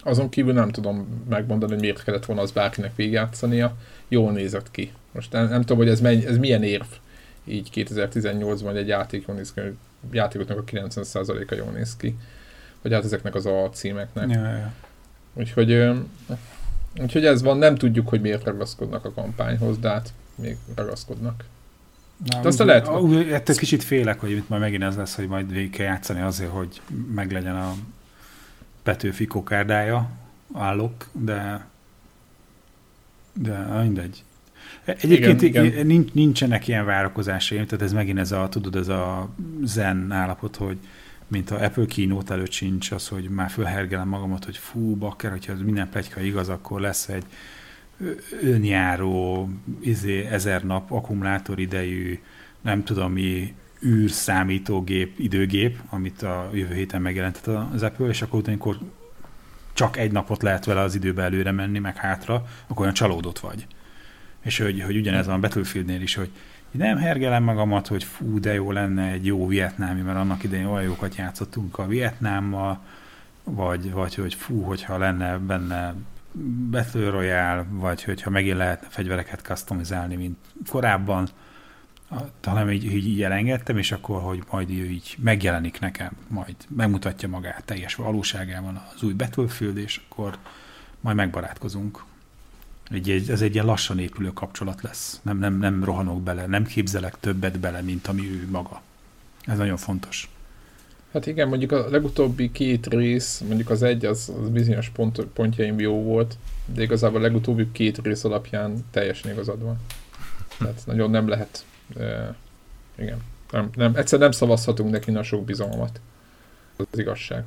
Azon kívül nem tudom megmondani, hogy miért kellett volna az bárkinek végigjátszania. Jól nézett ki. Most nem, nem tudom, hogy ez, menny, ez milyen érv így kétezer-tizennyolcban egy játék jól néz ki, hogy játékoknak a kilencven százaléka jól néz ki. Vagy hát ezeknek az alcímeknek. Ja, ja. Úgyhogy, úgyhogy ez van, nem tudjuk, hogy miért ragaszkodnak a kampányhoz, de hát még ragaszkodnak. Na, de aztán lehet... Ettől kicsit félek, hogy itt majd megint ez lesz, hogy majd végig kell játszani azért, hogy meglegyen a Petőfi kokárdája, állok, de de mindegy. Egyébként igen, igen. Nincsenek ilyen várakozásaim, tehát ez megint ez a, tudod, ez a zen állapot, hogy mint a Apple keynote előtt sincs az, hogy már fölhergelem magamat, hogy fú, bakker, hogyha minden pletyka igaz, akkor lesz egy önjáró izé, ezer nap akkumulátor idejű, nem tudom mi, űrszámítógép, időgép, amit a jövő héten megjelentett az Apple, és akkor utána, amikor csak egy napot lehet vele az időbe előre menni, meg hátra, akkor olyan csalódott vagy. És hogy, hogy ugyanez van a Battlefieldnél is, hogy nem hergelem magamat, hogy fú, de jó lenne egy jó vietnámi, mert annak idején olyan jókat játszottunk a Vietnámmal, vagy, vagy hogy fú, hogyha lenne benne Battle Royale, vagy hogyha megint lehetne fegyvereket customizálni, mint korábban, hanem így, így, így elengedtem, és akkor, hogy majd így megjelenik nekem, majd megmutatja magát teljes valóságában az új Battlefield, és akkor majd megbarátkozunk. Egy, ez egy ilyen lassan épülő kapcsolat lesz. Nem, nem, nem rohanok bele, nem képzelek többet bele, mint ami ő maga. Ez nagyon fontos. Hát igen, mondjuk a legutóbbi két rész, mondjuk az egy, az, az bizonyos pont, pontjaim jó volt, de igazából a legutóbbi két rész alapján teljesen igazad van. Tehát nagyon nem lehet, e, igen, nem, nem, egyszer nem szavazhatunk neki a sok bizalmat. Ez az igazság.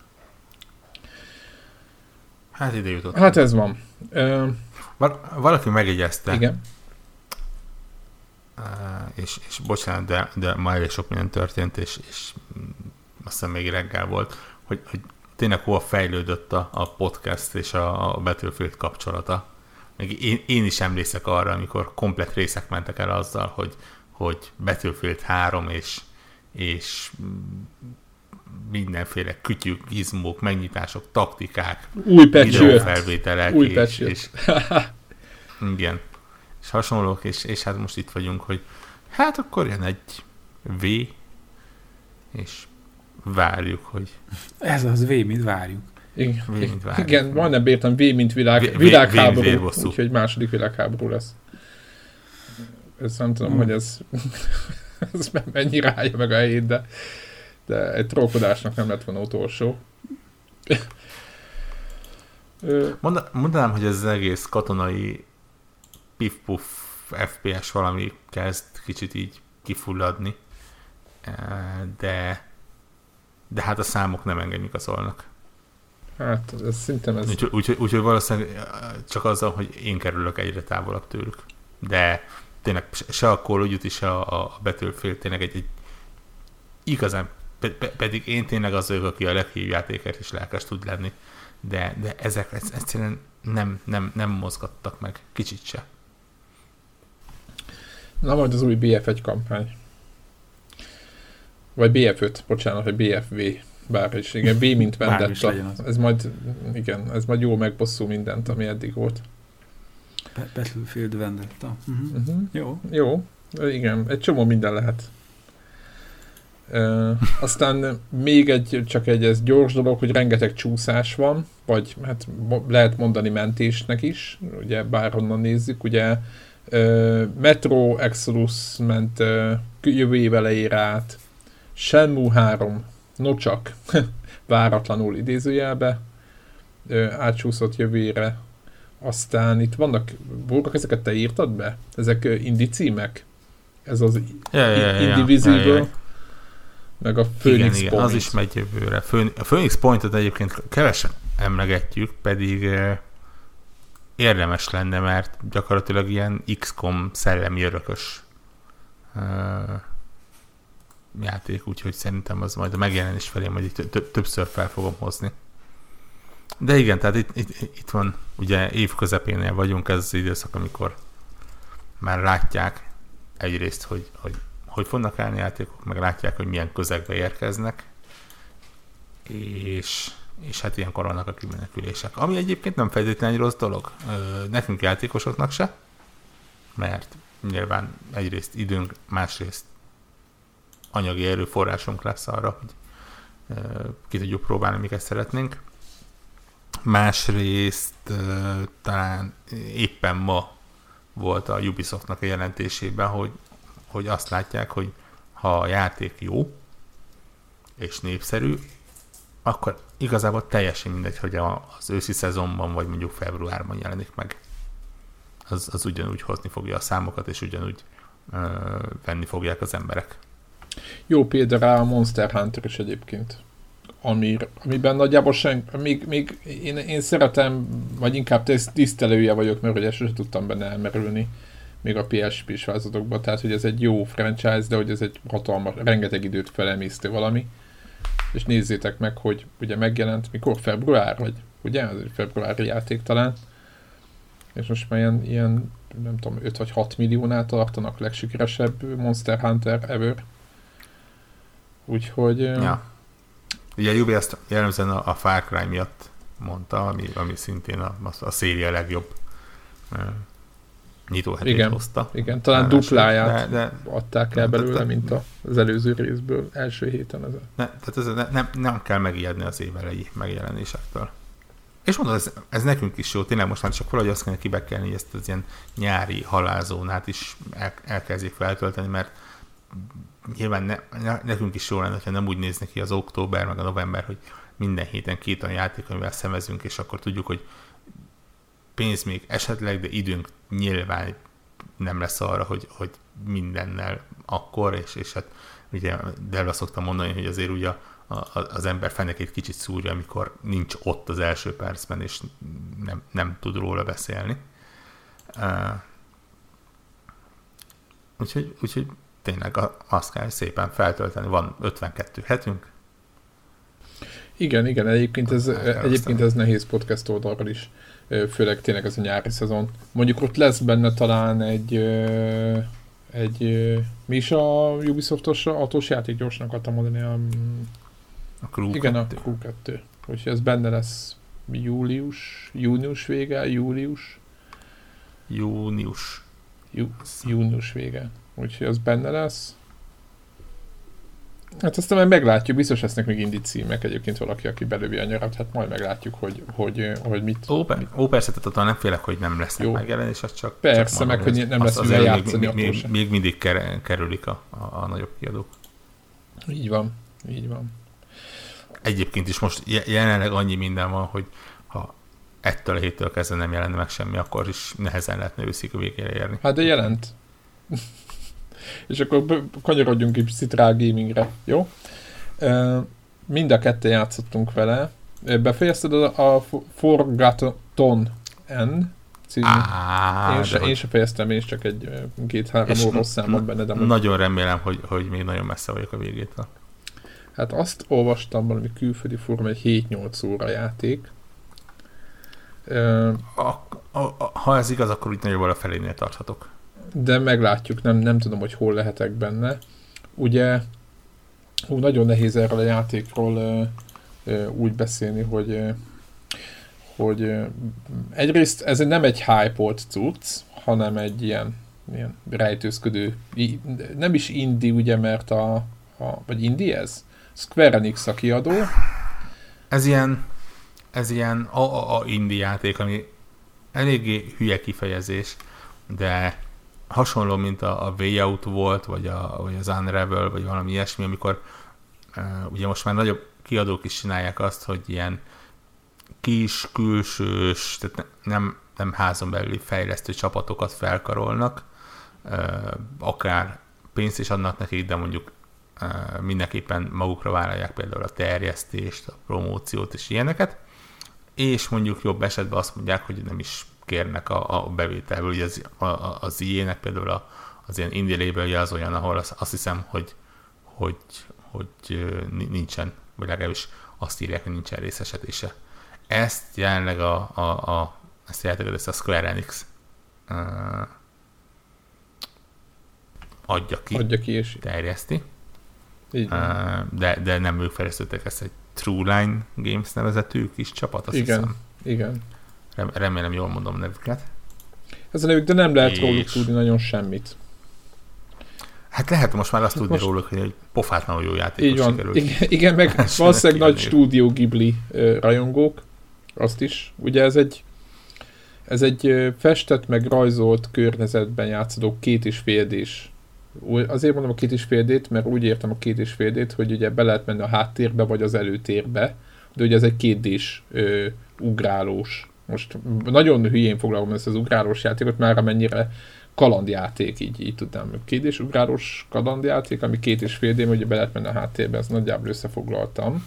Hát ide jutott. Hát ez van. E, Val- valaki megjegyezte. Igen. Uh, és, és bocsánat, de, de ma elég sok minden történt, és, és azt hiszem még reggel volt, hogy, hogy tényleg hol fejlődött a, a podcast és a, a Battlefield kapcsolata. Még én, én is emlékszek arra, amikor komplet részek mentek el azzal, hogy, hogy Battlefield három és, és mindenféle kütyük, gizmók, megnyitások, taktikák, új videófelvételek, új és, és igen, és hasonlók, és, és hát most itt vagyunk, hogy hát akkor jön egy V, és várjuk, hogy... Ez az V, mint várjuk. Igen, v, mint várjuk. Igen, majdnem bírtam, V, mint világ, v, világháború, úgyhogy második világháború lesz. Ezt nem tudom, hmm. hogy ez, ez mennyi rája meg a helyét, de, de egy trókodásnak nem lett volna utolsó. Mondanám, hogy ez az egész katonai pif-puf ef pé es valami kezd kicsit így kifulladni, de de hát a számok nem engem igazolnak. Hát, ez szintén ez... Úgyhogy úgy, úgy, úgy, valószínűleg csak azzal, hogy én kerülök egyre távolabb tőlük. De tényleg se a Call of Duty, se a, a Battlefield tényleg egy, egy igazán, pe, pe, pedig én tényleg az vagyok, aki a leghívő játékért is lelkes tud lenni, de, de ezek egyszerűen nem, nem, nem mozgattak meg, kicsit se. Na majd az új bé ef egy kampány. Vagy bé ef öt, bocsánat, vagy bé ef vé. Bár is, igen, B mint Vendetta. Ez majd, igen, ez majd jól megbosszul mindent, ami eddig volt. Battlefield Vendetta. Uh-huh. Uh-huh. Jó. Jó, igen, egy csomó minden lehet. Uh, aztán még egy, csak egy ez gyors dolog, hogy rengeteg csúszás van, vagy hát lehet mondani mentésnek is, ugye bárhonnan nézzük, ugye uh, Metro Exodus ment uh, jövő év elejére át, Shenmue három, no csak, váratlanul idézőjelbe, uh, átsúszott jövőre. Aztán itt vannak, Borgak, ezeket te írtad be? Ezek uh, indie címek? Ez az ja, ja, ja, Indivisible, ja, ja, ja. meg a Phoenix igen, Point. Igen, az is megy jövőre. A Phoenix Pointot egyébként kevesen emlegetjük, pedig uh, érdemes lenne, mert gyakorlatilag ilyen iksz kom szellemi örökös uh, játék, úgyhogy szerintem az majd a megjelenés felé majd többször fel fogom hozni. De igen, tehát itt, itt, itt van, ugye év közepénél vagyunk, ez az időszak, amikor már látják egyrészt, hogy hogy, hogy fognak állni játékok, meg látják, hogy milyen közegbe érkeznek, és, és hát ilyenkor vannak a kimenekülések. Ami egyébként nem feltétlenül rossz dolog. Nekünk játékosoknak se, mert nyilván egyrészt időnk, másrészt anyagi erőforrásunk lesz arra, hogy ki tudjuk próbálni, miket szeretnénk. Másrészt talán éppen ma volt a Ubisoftnak a jelentésében, hogy, hogy azt látják, hogy ha a játék jó és népszerű, akkor igazából teljesen mindegy, hogy az őszi szezonban vagy mondjuk februárban jelenik meg. Az, az ugyanúgy hozni fogja a számokat, és ugyanúgy ö, venni fogják az emberek. Jó példa rá a Monster Hunter is egyébként. Amir, amiben nagyjából sen, még, még én, én szeretem, vagy inkább tisztelője vagyok, mert ugye sosem tudtam benne elmerülni még a pé es pé-s változatokban, tehát hogy ez egy jó franchise, de hogy ez egy hatalmas, rengeteg időt felemésztő valami. És nézzétek meg, hogy ugye megjelent, mikor? Február, vagy ugye? Ez egy februári játék talán. És most már ilyen, ilyen nem tudom, öt vagy hat milliónál tartanak, legsikeresebb Monster Hunter ever. Úgyhogy... Ja. Ugye a Ubi ezt jellemzően a, a Far Cry miatt mondta, ami, ami szintén a, a széria legjobb uh, nyitóhetét hozta. Igen, talán dupláját de, de, adták el belőle, de, de, mint az előző részből, első héten. Ez ne, tehát ez, ne, nem, nem kell megijedni az év elejé megjelenésektől. És mondod, ez, ez nekünk is jó, tényleg most már csak valahogy azt kellene kibekelni, ezt az ilyen nyári halálzónát is el, elkezdik feltölteni, mert nyilván ne, ne, nekünk is jó lenne, ha nem úgy néznek ki az október, meg a november, hogy minden héten két olyan játék, amivel szemezünk, és akkor tudjuk, hogy pénz még esetleg, de időnk nyilván nem lesz arra, hogy, hogy mindennel akkor, és, és hát ugye Delva szoktam mondani, hogy azért ugye a, a, az ember fenekét kicsit szúrja, amikor nincs ott az első percben, és nem, nem tud róla beszélni. Uh, úgyhogy, úgyhogy tényleg azt kell szépen feltölteni. Van ötvenkettő hetünk. Igen, igen, egyébként ez, egyébként ez nehéz podcast oldalról is, főleg tényleg ez a nyári szezon. Mondjuk ott lesz benne talán egy, egy mi is a Ubisoftos autós játék, gyorsan akartam mondani. A, a Crew igen, kettő. A Crew kettő. Úgyhogy ez benne lesz július, június vége, július. Június. Jú, június vége. Úgyhogy az benne lesz. Hát aztán majd meglátjuk, biztos lesznek még indie címek egyébként valaki, aki belövi a nyarat, hát majd meglátjuk, hogy, hogy, hogy mit... Ó, per, ó persze, tehát attól nem félek, hogy nem lesznek jó megjelenés, az csak... Persze, csak meg hogy nem lesz mivel játszani. Még, még, még mindig kerülik a, a, a nagyobb kiadók. Így van, így van. Egyébként is most jelenleg annyi minden van, hogy ha ettől a héttől kezdve nem jelenne meg semmi, akkor is nehezen lehetne őszig a végére érni. Hát de jelent. És akkor kanyarodjunk egy picit rá a gamingre, jó? Mind a ketten játszottunk vele. Befejezted a, a Forgotten End című? Á, én, se, én hogy... se fejeztem, én is csak egy két-három órós számban benne. De nagyon remélem, hogy, hogy még nagyon messze vagyok a végétől. Hát azt olvastam, valami külföldi fórum, egy hét-nyolc óra játék. A, a, a, ha ez igaz, akkor úgy nagyobb a felénél tarthatok. De meglátjuk, nem, nem tudom, hogy hol lehetek benne. Ugye ú, nagyon nehéz erről a játékról ö, ö, úgy beszélni, hogy, ö, hogy ö, egyrészt ez nem egy hype-olt cucc, hanem egy ilyen, ilyen rejtőzködő, nem is indie, ugye, mert a, a vagy indie ez? Square Enix a kiadó. Ez ilyen, ez ilyen a, a, a indie játék, ami eléggé hülye kifejezés, de hasonló, mint a, a Way Out volt, vagy, a, vagy az Unravel, vagy valami ilyesmi, amikor uh, ugye most már nagyobb kiadók is csinálják azt, hogy ilyen kis, külsős, tehát ne, nem, nem házon belüli fejlesztő csapatokat felkarolnak, uh, akár pénzt is adnak nekik, de mondjuk uh, mindenképpen magukra vállalják például a terjesztést, a promóciót és ilyeneket, és mondjuk jobb esetben azt mondják, hogy nem is kérnek a, a bevételből. Ugye az, a, az i á-nek például a, az ilyen indie labelje az olyan, ahol az, azt hiszem, hogy, hogy, hogy nincsen, vagy legalábbis azt írják, hogy nincsen részesedése. Ezt jelenleg a, a, a, ezt a játékot, ezt a Square Enix uh, adja ki, adja ki és terjeszti, uh, de, de nem ők fejlesztettek, ezt egy True Line Games nevezetű kis csapat, azt igen, hiszem. Igen. Remélem jól mondom nevüket. Ez a nevük, de nem lehet és... róluk tudni nagyon semmit. Hát lehet most már azt tudni most... róluk, hogy egy pofátlanul jó játékos sikerült. Igen, igen, meg valószínűleg nagy stúdió Ghibli uh, rajongók, azt is. Ugye ez egy ez egy uh, festett meg rajzolt környezetben játszódó két és fél dés. Azért mondom a két és fél dét, mert úgy értem a két és fél dét, hogy ugye be lehet menni a háttérbe vagy az előtérbe, de ugye ez egy kétdés uh, ugrálós. Most nagyon hülyén foglalom ezt az ugrálós játékot, már amennyire kalandjáték, így, így tudnám. Kétdés ugrálós kalandjáték, ami két és fél dé, hogy be lehet menni a háttérbe, ezt nagyjából összefoglaltam.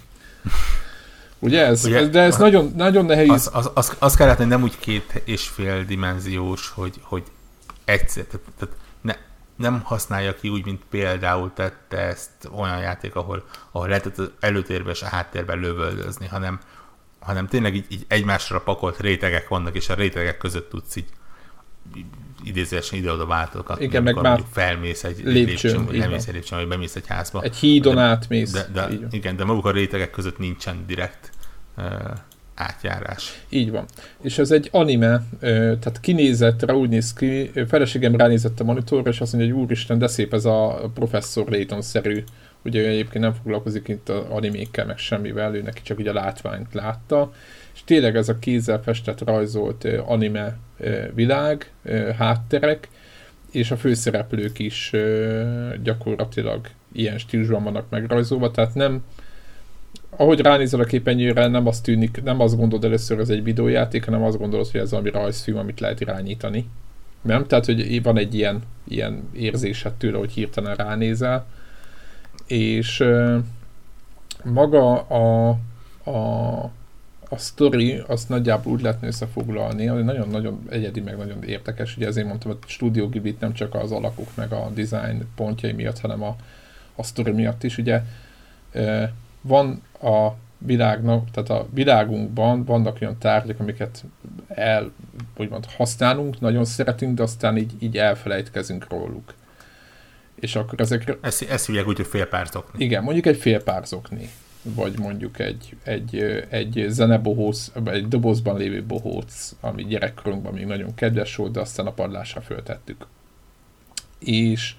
Ugye ez? Ugye, de ez az, nagyon, nagyon nehéz. Az, az, az, az kell látni, hogy nem úgy két és fél dimenziós, hogy, hogy egyszer, tehát, tehát ne, nem használja ki úgy, mint például tette ezt olyan játék, ahol, ahol lehetett az előtérbe és a háttérben lövöldözni, hanem, hanem tényleg így, így egymásra pakolt rétegek vannak, és a rétegek között tudsz így idézőesen ide-oda váltokat. Igen, meg már felmész egy lépcsőn, vagy elmész egy lépcsőn, vagy bemész egy házba. Egy hídon de, átmész. De, de, igen, de maguk a rétegek között nincsen direkt uh, átjárás. Így van. És ez egy anime, uh, tehát kinézetre úgy néz ki, feleségem ránézett a monitorra, és azt mondja, hogy úristen, de szép ez a Professor Layton-szerű. Ugye ő egyébként nem foglalkozik itt az animékkel, meg semmivel, ő neki csak ugye a látványt látta. És tényleg ez a kézzel festett, rajzolt uh, anime uh, világ, uh, hátterek, és a főszereplők is uh, gyakorlatilag ilyen stílusban vannak megrajzolva, tehát nem, ahogy ránézel a képernyőre, nem azt tűnik, nem azt gondolod először, ez egy videójáték, hanem azt gondolod, hogy ez valami rajzfilm, amit lehet irányítani. Nem? Tehát, hogy van egy ilyen, ilyen érzésed tőle, hogy hirtelen ránézel. És uh, maga a, a, a sztori, azt nagyjából úgy lehetne összefoglalni, hogy nagyon-nagyon egyedi, meg nagyon érdekes. Ugye ezért mondtam, hogy a Studio Ghiblit nem csak az alakok, meg a design pontjai miatt, hanem a, a sztori miatt is. Ugye uh, van a világnak, tehát a világunkban vannak olyan tárgyak, amiket el, úgymond használunk, nagyon szeretünk, de aztán így, így elfelejtkezünk róluk. És akkor ezek... Ezt, ezt hívják úgy, hogy félpárzokni. Igen, mondjuk egy félpárzokni, vagy mondjuk egy, egy, egy zenebohóc, egy dobozban lévő bohóc, ami gyerekkorunkban még nagyon kedves volt, de aztán a padlásra föltettük. És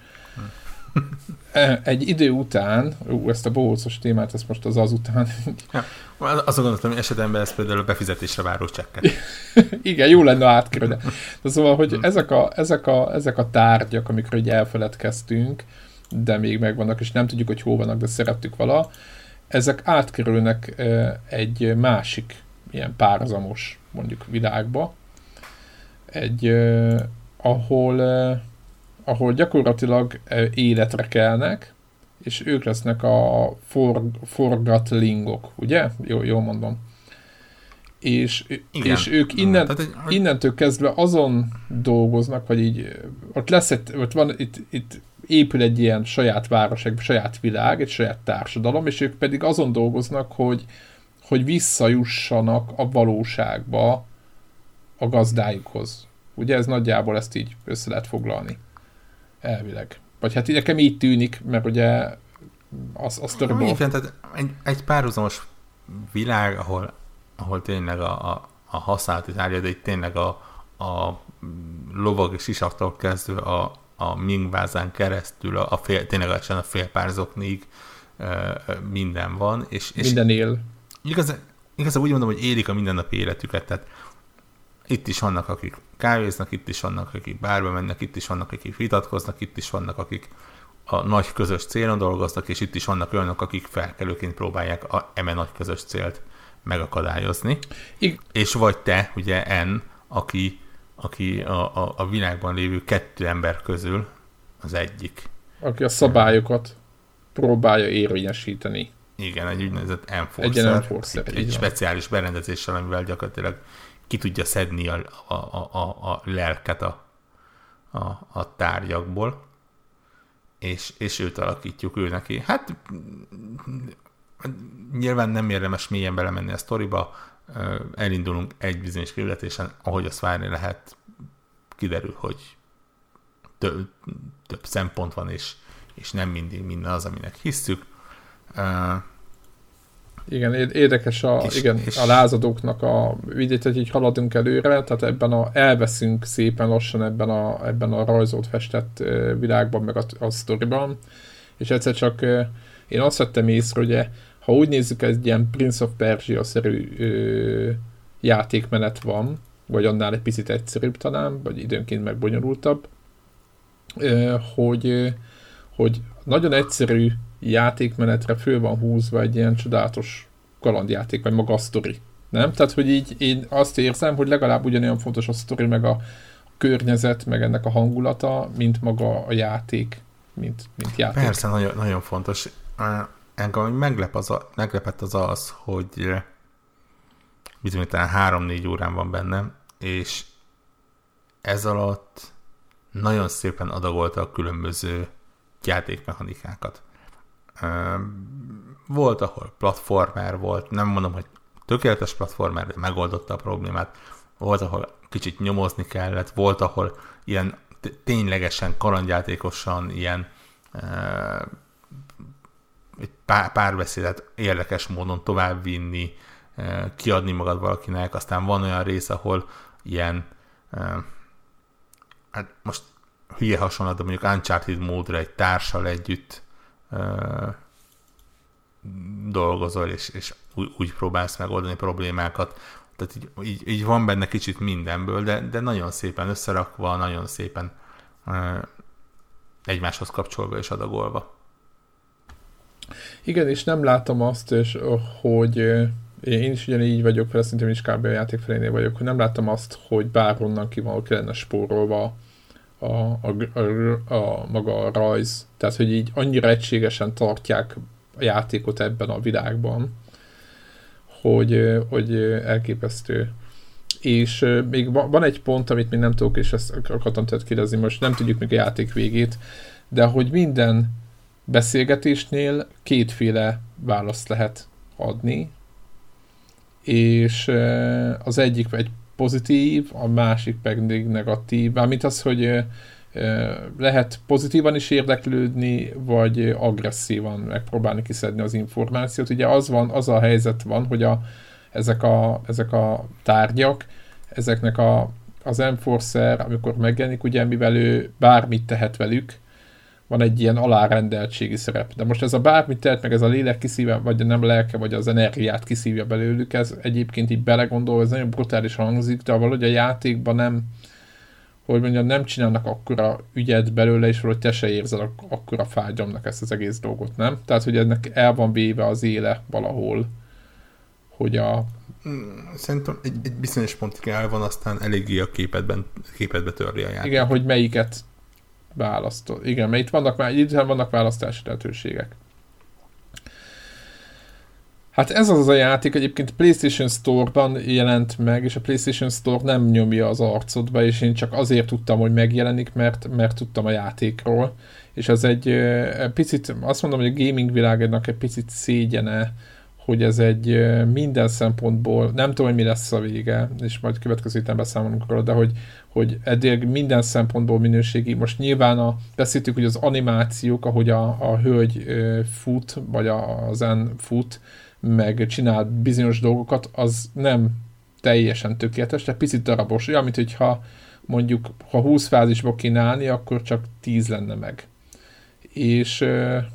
egy idő után, ú, ezt a bohócos témát, ezt most az azután... Ja, azt gondoltam, hogy esetemben ez például a befizetésre váró csekket. Igen, jó lenne átkerülni. De szóval, hogy ezek a, ezek a, ezek a tárgyak, amikről így elfeledkeztünk, de még megvannak, és nem tudjuk, hogy hol vannak, de szerettük vala, ezek átkerülnek egy másik ilyen párhuzamos, mondjuk világba, egy, ahol ahol gyakorlatilag életre kelnek, és ők lesznek a for, forgatlingok, ugye? Jó, jól mondom. És, és ők innen, egy... innentől kezdve azon dolgoznak, vagy így, ott lesz egy, ott van, itt, itt épül egy ilyen saját város, egy saját világ, egy saját társadalom, és ők pedig azon dolgoznak, hogy, hogy visszajussanak a valóságba a gazdájukhoz. Ugye ez nagyjából ezt így össze lehet foglalni. Elvileg. Vagy hát nekem így tűnik, mert ugye az, az töröbben... Igen, tehát egy, egy párhuzamos világ, ahol, ahol tényleg a, a, a használati tárgya, de itt tényleg a, a lovag és sisaktól kezdve a, a mingvázán keresztül, a, a fél, tényleg a félpárzoknig e, minden van. És, és minden él. Igaz, igazából úgy mondom, hogy élik a mindennapi életüket, tehát itt is vannak, akik kávéznak, itt is vannak, akik bárba mennek, itt is vannak, akik vitatkoznak, itt is vannak, akik a nagy közös célon dolgoznak, és itt is vannak olyanok, akik felkelőként próbálják a eme nagy közös célt megakadályozni. I- és vagy te, ugye N, aki, aki a, a, a világban lévő kettő ember közül az egyik. Aki a szabályokat próbálja érvényesíteni. Igen, egy úgynevezett enforcer. Egy enforcer, egy, egy speciális berendezéssel, amivel gyakorlatilag ki tudja szedni a, a, a, a lelket a, a, a tárgyakból, és, és őt alakítjuk ő neki. Hát nyilván nem érdemes mélyen belemenni a sztoriba, elindulunk egy bizonyos küldetésen, ahogy azt várni lehet, kiderül, hogy több, több szempont van, és, és nem mindig minden az, aminek hisszük. Igen, érdekes a, és, igen, és... a lázadóknak a vigyét, hogy így haladunk előre, tehát ebben a, elveszünk szépen lassan ebben a, ebben a rajzolt, festett világban, meg a, a sztoriban, és egyszer csak én azt vettem észre, hogy ha úgy nézzük, egy ilyen Prince of Persia-szerű ö, játékmenet van, vagy annál egy picit egyszerűbb talán, vagy időnként meg bonyolultabb, ö, hogy, hogy nagyon egyszerű játékmenetre föl van húzva egy ilyen csodálatos kalandjáték, vagy maga a sztori. Nem? Tehát, hogy így én azt érzem, hogy legalább ugyanolyan fontos a sztori, meg a környezet, meg ennek a hangulata, mint maga a játék, mint, mint játék. Persze, nagyon, nagyon fontos. Engem meglep az a, meglepett az az, hogy bizonyítán három-négy órán van benne, és ez alatt nagyon szépen adagolta a különböző játékmechanikákat. Volt, ahol platformer volt, nem mondom, hogy tökéletes platformer, de megoldotta a problémát. Volt, ahol kicsit nyomozni kellett, volt, ahol ilyen ténylegesen kalandjátékosan ilyen egy pár, párbeszédet érdekes módon továbbvinni, kiadni magad valakinek, aztán van olyan rész, ahol ilyen hát most hülye hasonlat, de mondjuk Uncharted módra egy társal együtt dolgozol, és, és úgy, úgy próbálsz megoldani problémákat. Tehát így, így, így van benne kicsit mindenből, de, de nagyon szépen összerakva, nagyon szépen egymáshoz kapcsolva és adagolva. Igen, és nem látom azt, és, hogy én is ugyanígy vagyok, fel szerintem is kb. A játék felénél vagyok, hogy nem látom azt, hogy bárhonnan ki van, kellene spórolva a, a, a, a maga a rajz. Tehát, hogy így annyira egységesen tartják a játékot ebben a világban, hogy, hogy elképesztő. És még van egy pont, amit még nem tudok, és ezt akartam tőled kérdezni, most nem tudjuk még a játék végét, de hogy minden beszélgetésnél kétféle választ lehet adni, és az egyik egy pozitív, a másik pedig negatív, mármint az, hogy lehet pozitívan is érdeklődni, vagy agresszívan megpróbálni kiszedni az információt. Ugye az van, az a helyzet van, hogy a, ezek, a, ezek a tárgyak, ezeknek a, az Enforcer, amikor megjelenik, ugye mivel ő bármit tehet velük, van egy ilyen alárendeltségi szerep. De most ez a bármit tehet, meg ez a lélek kiszívja, vagy nem lelke, vagy az energiát kiszívja belőlük, ez egyébként így belegondolva, ez nagyon brutális hangzik, de valahogy a játékban nem, hogy mondjam, nem csinálnak akkora ügyet belőle, és valahogy te se érzel ak- akkora fájdalomnak ezt az egész dolgot, nem? Tehát, hogy ennek el van véve az éle valahol, hogy a... Szerintem egy, egy bizonyos pontig el van, aztán eléggé a képedben, képedbe törli a játék. Igen, hogy melyiket választod. Igen, mert itt vannak, már, itt vannak választási lehetőségek. Hát ez az a játék egyébként PlayStation Store-ban jelent meg, és a PlayStation Store nem nyomja az arcodba, és én csak azért tudtam, hogy megjelenik, mert, mert tudtam a játékról. És ez egy e, picit, azt mondom, hogy a gaming világának egy picit szégyene, hogy ez egy e, minden szempontból, nem tudom, hogy mi lesz a vége, és majd következő héten beszámolunk róla, de hogy, hogy eddig minden szempontból minőségi. Most nyilván a, beszéltük, hogy az animációk, ahogy a, a hölgy e, fut, vagy a, a zen fut, meg csinál bizonyos dolgokat, az nem teljesen tökéletes, tehát picit darabos. Olyan, mint hogyha mondjuk, ha húsz fázisba kéne állni, akkor csak tíz lenne meg. És,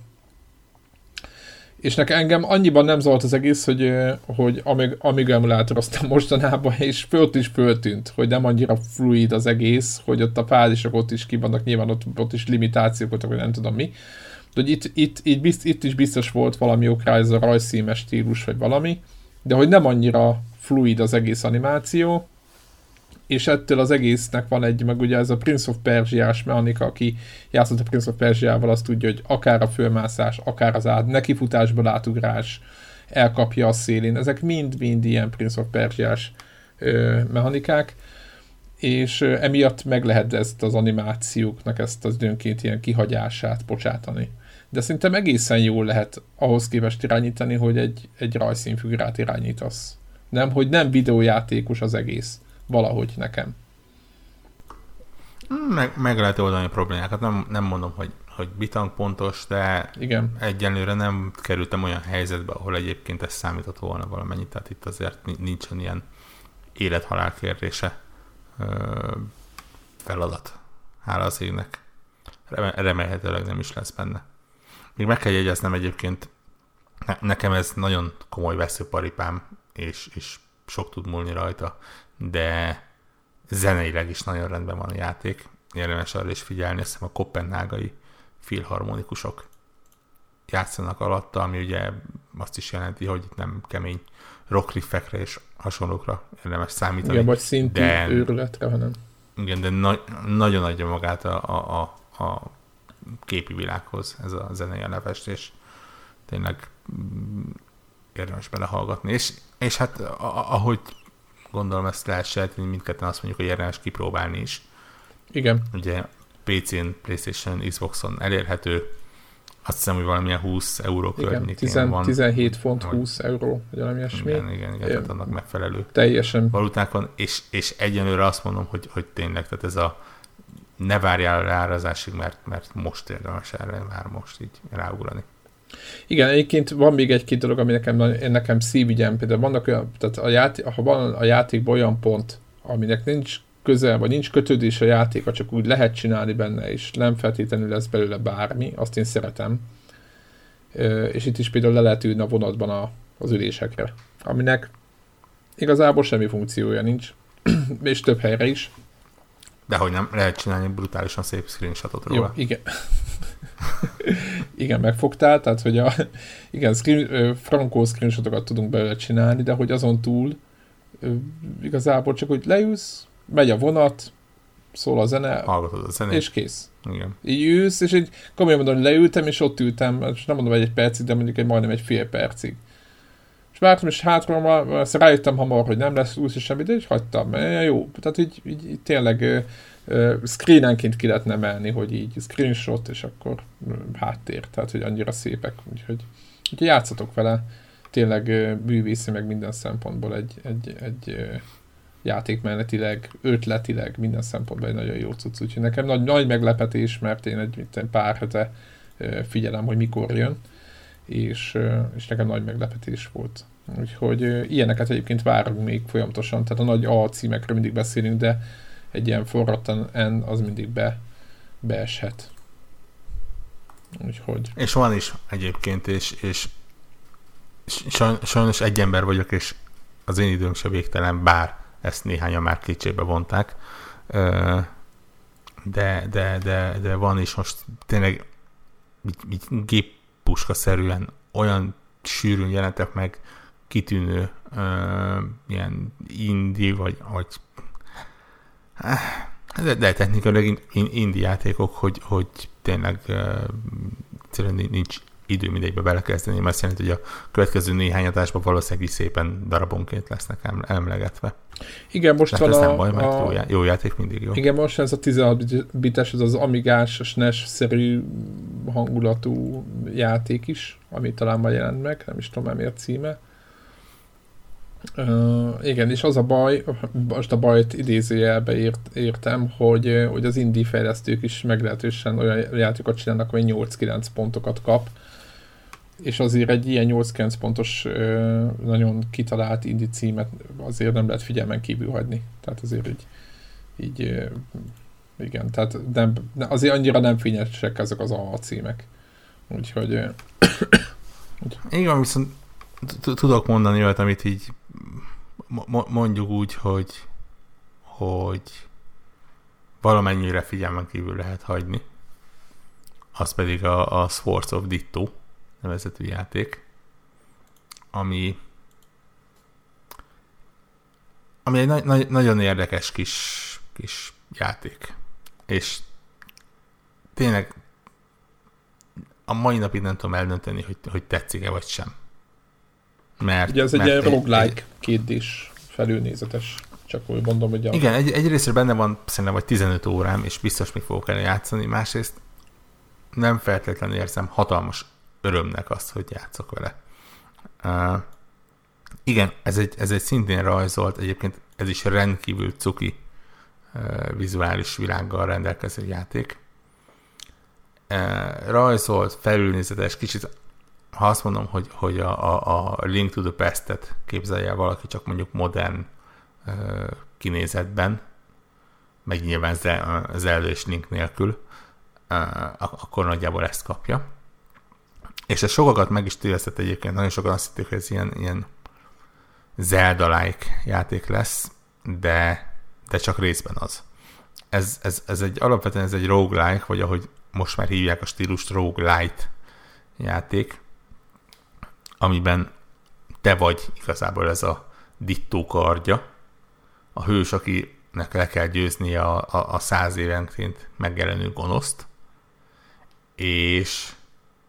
és nekem engem annyiban nem zavart az egész, hogy, hogy amíg, amíg emulátoroztam mostanában, és fölt is föltűnt, hogy nem annyira fluid az egész, hogy ott a fázisok ott is ki vannak, nyilván ott, ott is limitációk voltak, hogy nem tudom mi. De hogy itt, itt, itt, bizt, itt is biztos volt valami okra, ez a rajzszínes stílus, vagy valami, de hogy nem annyira fluid az egész animáció, és ettől az egésznek van egy, meg ugye ez a Prince of Persia-s mechanika, aki játszott a Prince of Persia-val, azt tudja, hogy akár a fölmászás, akár az át, nekifutásból átugrás, elkapja a szélén, ezek mind-mind ilyen Prince of Persia-s ö, mechanikák, és ö, emiatt meg lehet ezt az animációknak, ezt az időnként ilyen kihagyását bocsátani. De szerintem egészen jól lehet ahhoz képest irányítani, hogy egy, egy rajzszínfigurát irányítasz. Nem, hogy nem videójátékos az egész. Valahogy nekem. Meg, meg lehet oldani a problémákat. Nem, nem mondom, hogy, hogy bitangpontos, de igen. egyenlőre nem kerültem olyan helyzetbe, ahol egyébként ez számított volna valamennyit, tehát itt azért nincsen ilyen élet-halál kérdése feladat. Hála az égnek. Remélhetőleg nem is lesz benne. Még meg kell jegyeznem egyébként, nekem ez nagyon komoly veszőparipám, és, és sok tud múlni rajta, de zeneileg is nagyon rendben van a játék. Érdemes arra is figyelni, azt hiszem a koppenhágai filharmonikusok játszanak alatta, ami ugye azt is jelenti, hogy itt nem kemény rockriffekre és hasonlókra érdemes számítani. Igen, vagy szintű de, őrületre, hanem. Igen, de na- nagyon adja magát a, a, a, a képi világhoz ez a zenei elefestés. Tényleg érdemes belehallgatni. És, és hát a, ahogy gondolom ezt lehet sejteni, mindketten azt mondjuk, hogy érdemes kipróbálni is. Igen. Ugye pé cén, PlayStation, Xboxon elérhető, azt hiszem, hogy valamilyen húsz euró környékén van. tizenhét font húsz euró, vagy valami ilyesmi. Igen, igen, igen, tehát annak megfelelő teljesen valutákon, és, és egyenlőre azt mondom, hogy, hogy tényleg, tehát ez a ne várjál rá árazásig, mert, mert most érdemes erre már most így ráugrani. Igen, egyébként van még egy-két dolog, ami nekem, nekem szívügyem, például vannak olyan, tehát a játék, ha van a játékban olyan pont, aminek nincs közel, vagy nincs kötődés a játéka, csak úgy lehet csinálni benne, és nem feltétlenül lesz belőle bármi, azt én szeretem. És itt is például le lehet ülni a vonatban a, az ülésekre, aminek igazából semmi funkciója nincs, és több helyre is. De hogy nem, lehet csinálni brutálisan szép screenshotot róla. Jó, igen. Igen, megfogtál, tehát hogy a igen, screen, frankó screenshotokat tudunk belőle csinálni, de hogy azon túl igazából csak hogy leülsz, megy a vonat, szól a zene, hallgatod a zenét, és kész. Igen. Így ülsz, és így komolyan mondom, hogy leültem, és ott ültem, és nem mondom, hogy egy percig, de mondjuk egy majdnem egy fél percig. És vártam, és hátra, aztán rájöttem hamar, hogy nem lesz úsz és semmi, de így hagytam. Jó, tehát így, így, így tényleg uh, screenenként ki lehetne emelni, hogy így screenshot, és akkor uh, háttér, tehát hogy annyira szépek, úgyhogy, úgyhogy játszatok vele, tényleg uh, művészi meg minden szempontból egy, egy, egy uh, játékmenetileg, ötletileg, minden szempontból egy nagyon jó cucc, úgyhogy nekem nagy, nagy meglepetés, mert én egy, egy pár hete uh, figyelem, hogy mikor jön, és, uh, és nekem nagy meglepetés volt. Úgyhogy uh, ilyeneket egyébként várunk még folyamatosan, tehát a nagy A címekről mindig beszélünk, de egy ilyen forratlan N az mindig be, beeshet. Úgyhogy... És van is egyébként, és, és sajnos egy ember vagyok, és az én időm se végtelen, bár ezt néhányan már kétségbe vonták. De, de, de, de van is most tényleg géppuska-szerűen olyan sűrűn jelentek meg kitűnő ilyen indie, vagy, vagy de, de technikailag indie játékok, hogy, hogy tényleg uh, nincs idő mindegybe belekezdeni, mert azt jelenti, hogy a következő néhány adásban valószínűleg is szépen darabonként lesznek emlegetve. Igen, most van ez a, nem baj, mert a... Jó, jó játék mindig jó. Igen, most ez a tizenhat bites, ez az Amigás, es en e es-szerű hangulatú játék is, ami talán már jelent meg, nem is tudom már miért címe. Uh, igen, és az a baj, most a bajt idézőjelbe ért, értem, hogy, hogy az indie fejlesztők is meglehetősen olyan játékokat csinálnak, ami nyolc-kilenc pontokat kap, és azért egy ilyen nyolc-kilenc pontos uh, nagyon kitalált indie címet azért nem lehet figyelmen kívül hagyni. Tehát azért így, így uh, igen, tehát nem, azért annyira nem fényesek ezek az A címek. Úgyhogy uh, igen, viszont tudok mondani olyat, amit így mondjuk úgy, hogy, hogy valamennyire figyelmen kívül lehet hagyni. Az pedig a, a Swords of Ditto nevezetű játék, ami ami egy na- na- nagyon érdekes kis, kis játék. És tényleg a mai napig nem tudom eldönteni, hogy, hogy tetszik-e vagy sem. Mert, ugye ez egy ilyen roguelike kétdés felülnézetes, csak úgy mondom, hogy... A... Igen, egy, egyrészt benne van szerintem vagy tizenöt órám, és biztos mi fogok el játszani, másrészt nem feltétlenül érzem hatalmas örömnek azt, hogy játszok vele. Uh, igen, ez egy, ez egy szintén rajzolt, egyébként ez is rendkívül cuki uh, vizuális világgal rendelkező játék. rajzolt, felülnézetes, kicsit, ha azt mondom, hogy, hogy a, a, a Link to the Past-et képzelje valaki csak mondjuk modern uh, kinézetben, meg nyilván Zelda és Link nélkül, uh, akkor nagyjából ezt kapja. És ez sokakat meg is tévesztett egyébként, nagyon sokan azt hitték, hogy ez ilyen, ilyen Zelda-like játék lesz, de, de csak részben az. Ez, ez, ez egy alapvetően ez egy roguelike, vagy ahogy most már hívják a stílust, roguelite játék, amiben te vagy igazából ez a Ditto kardja, a hős, akinek le kell győznie a, a, a száz évenként megjelenő gonoszt, és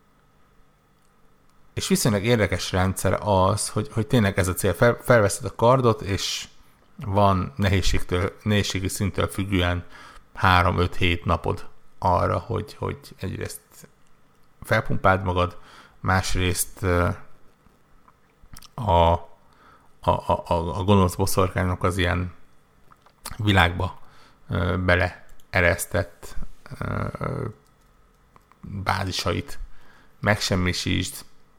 és viszonylag érdekes rendszer az, hogy, hogy tényleg ez a cél, fel, felveszed a kardot, és van nehézségtől, nehézségi szinttől függően három-öt hét napod arra, hogy, hogy egyrészt felpumpáld magad, másrészt a, a, a, a gonosz boszorkánynak az ilyen világba beleeresztett bázisait megsemmisítsd,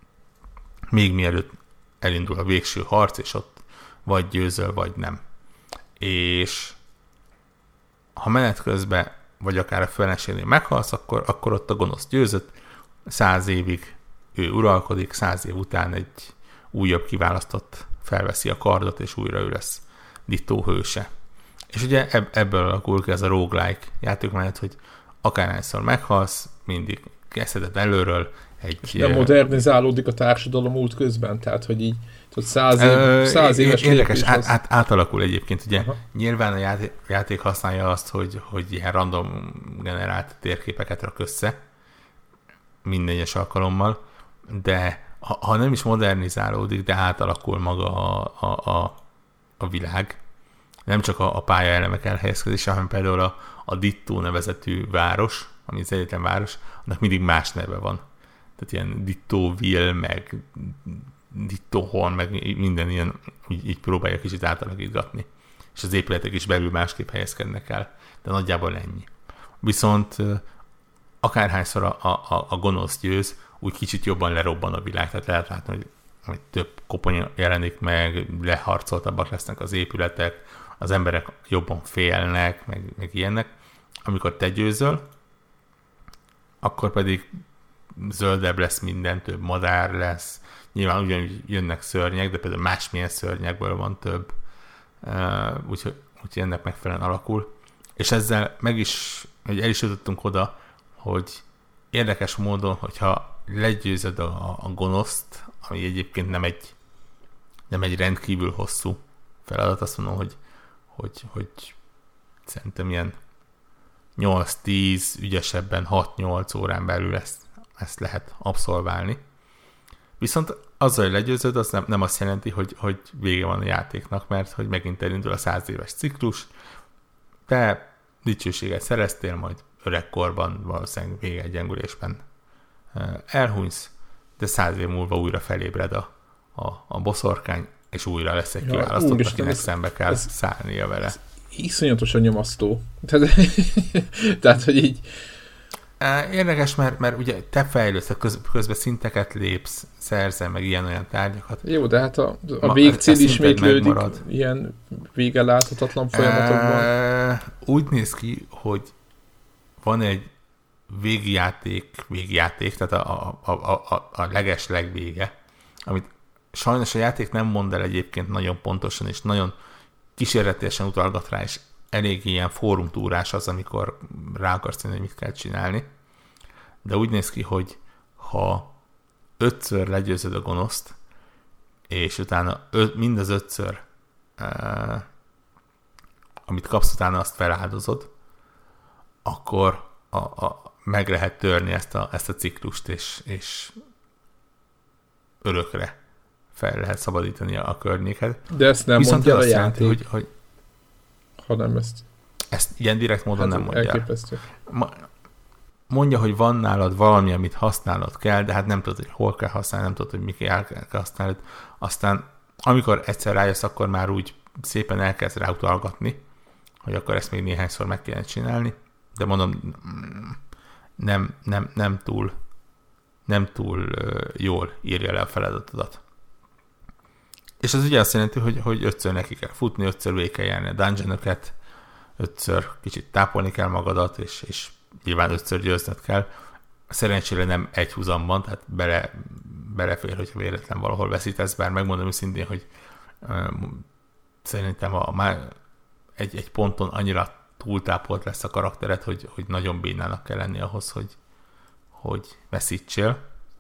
még mielőtt elindul a végső harc, és ott vagy győzöl, vagy nem. És ha menet közben, vagy akár a feleségnél meghalsz, akkor, akkor ott a gonosz győzött, száz évig ő uralkodik, száz év után egy újabb kiválasztott felveszi a kardot, és újra ő lesz Ditto hőse. És ugye ebből alakul ki ez a roguelike játékmenet, hogy akárhányszor meghalsz, mindig kezdheted előről, egy... És nem modernizálódik a társadalom út közben, tehát, hogy így tudod, száz, év, ö, száz éves érdekes, át, át, átalakul egyébként, ugye. Aha. Nyilván a játék, játék használja azt, hogy, hogy ilyen random generált térképeket rak össze minden egyes alkalommal, de ha, ha nem is modernizálódik, de átalakul maga a, a, a, a világ. Nem csak a, a pályaelemek elhelyezkedése, hanem például a, a Ditto nevezetű város, ami az egyetlen város, annak mindig más neve van. Tehát ilyen Dittoville, meg Dittohorn, meg minden ilyen, így, így próbálja kicsit átalakítgatni. És az épületek is belül másképp helyezkednek el. De nagyjából ennyi. Viszont akárhányszor a, a, a gonosz győz, úgy kicsit jobban lerobban a világ. Tehát lehet látni, hogy, hogy több koponya jelenik meg, leharcoltabbak lesznek az épületek, az emberek jobban félnek, meg, meg ilyenek. Amikor te győzöl, akkor pedig zöldebb lesz minden, több madár lesz. Nyilván ugyanúgy jönnek szörnyek, de például másmilyen szörnyekből van több. Úgyhogy úgy ennek megfelelően alakul. És ezzel meg is, hogy el is jutottunk oda, hogy érdekes módon, hogyha legyőzöd a, a gonoszt, ami egyébként nem egy, nem egy rendkívül hosszú feladat, azt mondom, hogy, hogy, hogy szerintem ilyen nyolc-tíz, ügyesebben hat-nyolc órán belül ezt, ezt lehet abszolválni. Viszont azzal, hogy legyőzöd, az nem, nem azt jelenti, hogy, hogy vége van a játéknak, mert hogy megint elindul a száz éves ciklus, te dicsőséget szereztél, majd öregkorban, valószínűleg végegyengülésben elhunysz, de száz év múlva újra felébred a, a, a boszorkány, és újra lesz egy kiválasztott, ja, akinek ez, szembe kell ez, szállnia vele. Ez iszonyatosan nyomasztó. Tehát, tehát hogy így... Érdekes, mert, mert ugye te fejlődsz, köz, közben szinteket lépsz, szerzel meg ilyen-olyan tárgyakat. Jó, de hát a, a végcél ismétlődik ilyen vége láthatatlan folyamatokban. E, úgy néz ki, hogy van egy végjáték, végjáték, tehát a, a, a, a, a leges legvége, amit sajnos a játék nem mond el egyébként nagyon pontosan, és nagyon kísérletesen utalgat rá, és elég ilyen fórumtúrás az, amikor rá akarsz tenni, hogy mit kell csinálni. De úgy néz ki, hogy ha ötször legyőzöd a gonoszt, és utána öt, mind az ötször, eh, amit kapsz utána, azt feláldozod, akkor a, a, meg lehet törni ezt a, ezt a ciklust, és, és örökre fel lehet szabadítani a, a környéket. De ezt nem Viszont mondja a játék. Jelenti, hogy, hogy hanem ezt... Ezt ilyen direkt módon hát nem mondja. Elképesztő. Mondja, hogy van nálad valami, amit használnod kell, de hát nem tudod, hogy hol kell használni, nem tudod, hogy mi kell használni. Aztán, amikor egyszer rájössz, akkor már úgy szépen elkezd ráutalgatni, hogy akkor ezt még néhányszor meg kéne csinálni. De mondom, nem, nem, nem túl, nem túl uh, jól írja le a feladatodat. És ez ugye azt jelenti, hogy, hogy ötször neki kell futni, ötször végig kell járni a dungeon-öket, ötször kicsit tápolni kell magadat, és, és nyilván ötször győzned kell. Szerencsére nem egy húzamban, tehát bele, belefér, hogyha véletlen valahol veszítesz, bár megmondom őszintén, hogy um, szerintem a, a, egy, egy ponton annyira túltápolt lesz a karakteret, hogy, hogy nagyon bénának kell lenni ahhoz, hogy, hogy veszítsél.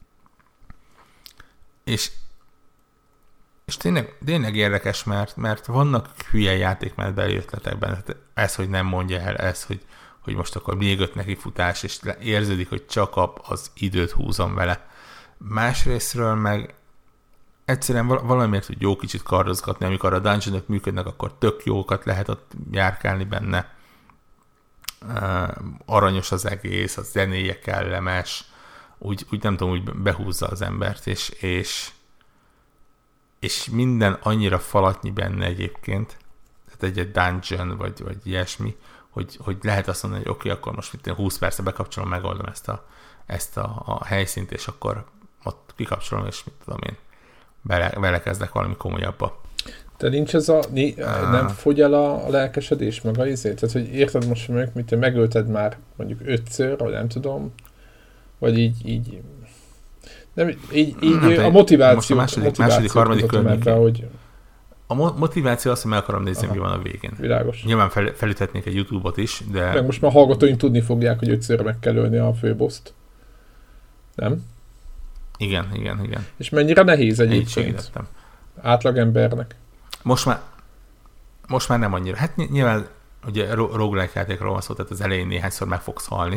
És, és tényleg, tényleg érdekes, mert, mert vannak hülye játékmenetbeli ötletekben. Ez, hogy nem mondja el, ez, hogy, hogy most akkor még öt neki futás, és érződik, hogy csak az időt húzom vele. Másrésztről meg egyszerűen valamiért tud jó kicsit kardozgatni, amikor a dungeonok működnek, akkor tök jókat lehet ott járkálni benne. Uh, aranyos az egész, a zenéje kellemes, úgy, úgy nem tudom, úgy behúzza az embert, és, és, és minden annyira falatnyi benne egyébként, tehát egy, egy dungeon, vagy, vagy ilyesmi, hogy, hogy lehet azt mondani, hogy oké, okay, akkor most mit húsz percre bekapcsolom, megoldom ezt a, ezt a, a helyszínt, és akkor ott kikapcsolom, és mit tudom én, bele, belekezdek valami komolyabba. De nincs ez a, né, nem fogy el a, a lelkesedés, meg a izét? Tehát, hogy érted most, hogy mit megölted már mondjuk ötször, vagy nem tudom, vagy így, így, nem, így, így nem, a motiváció, a második, második harmadik környékén. Hogy... A motiváció az, hogy meg akarom nézni, mi van a végén. Világos. Nyilván fel, felüthetnék egy YouTube-ot is, de... Meg most már hallgatóink tudni fogják, hogy ötször meg kell ölni a főboszt. Nem? Igen, igen, igen. És mennyire nehéz egyébként? Átlagembernek. Most már, most már nem annyira. Hát nyilván ugye roguelike játékról van szó, tehát az elején néhányszor meg fogsz halni,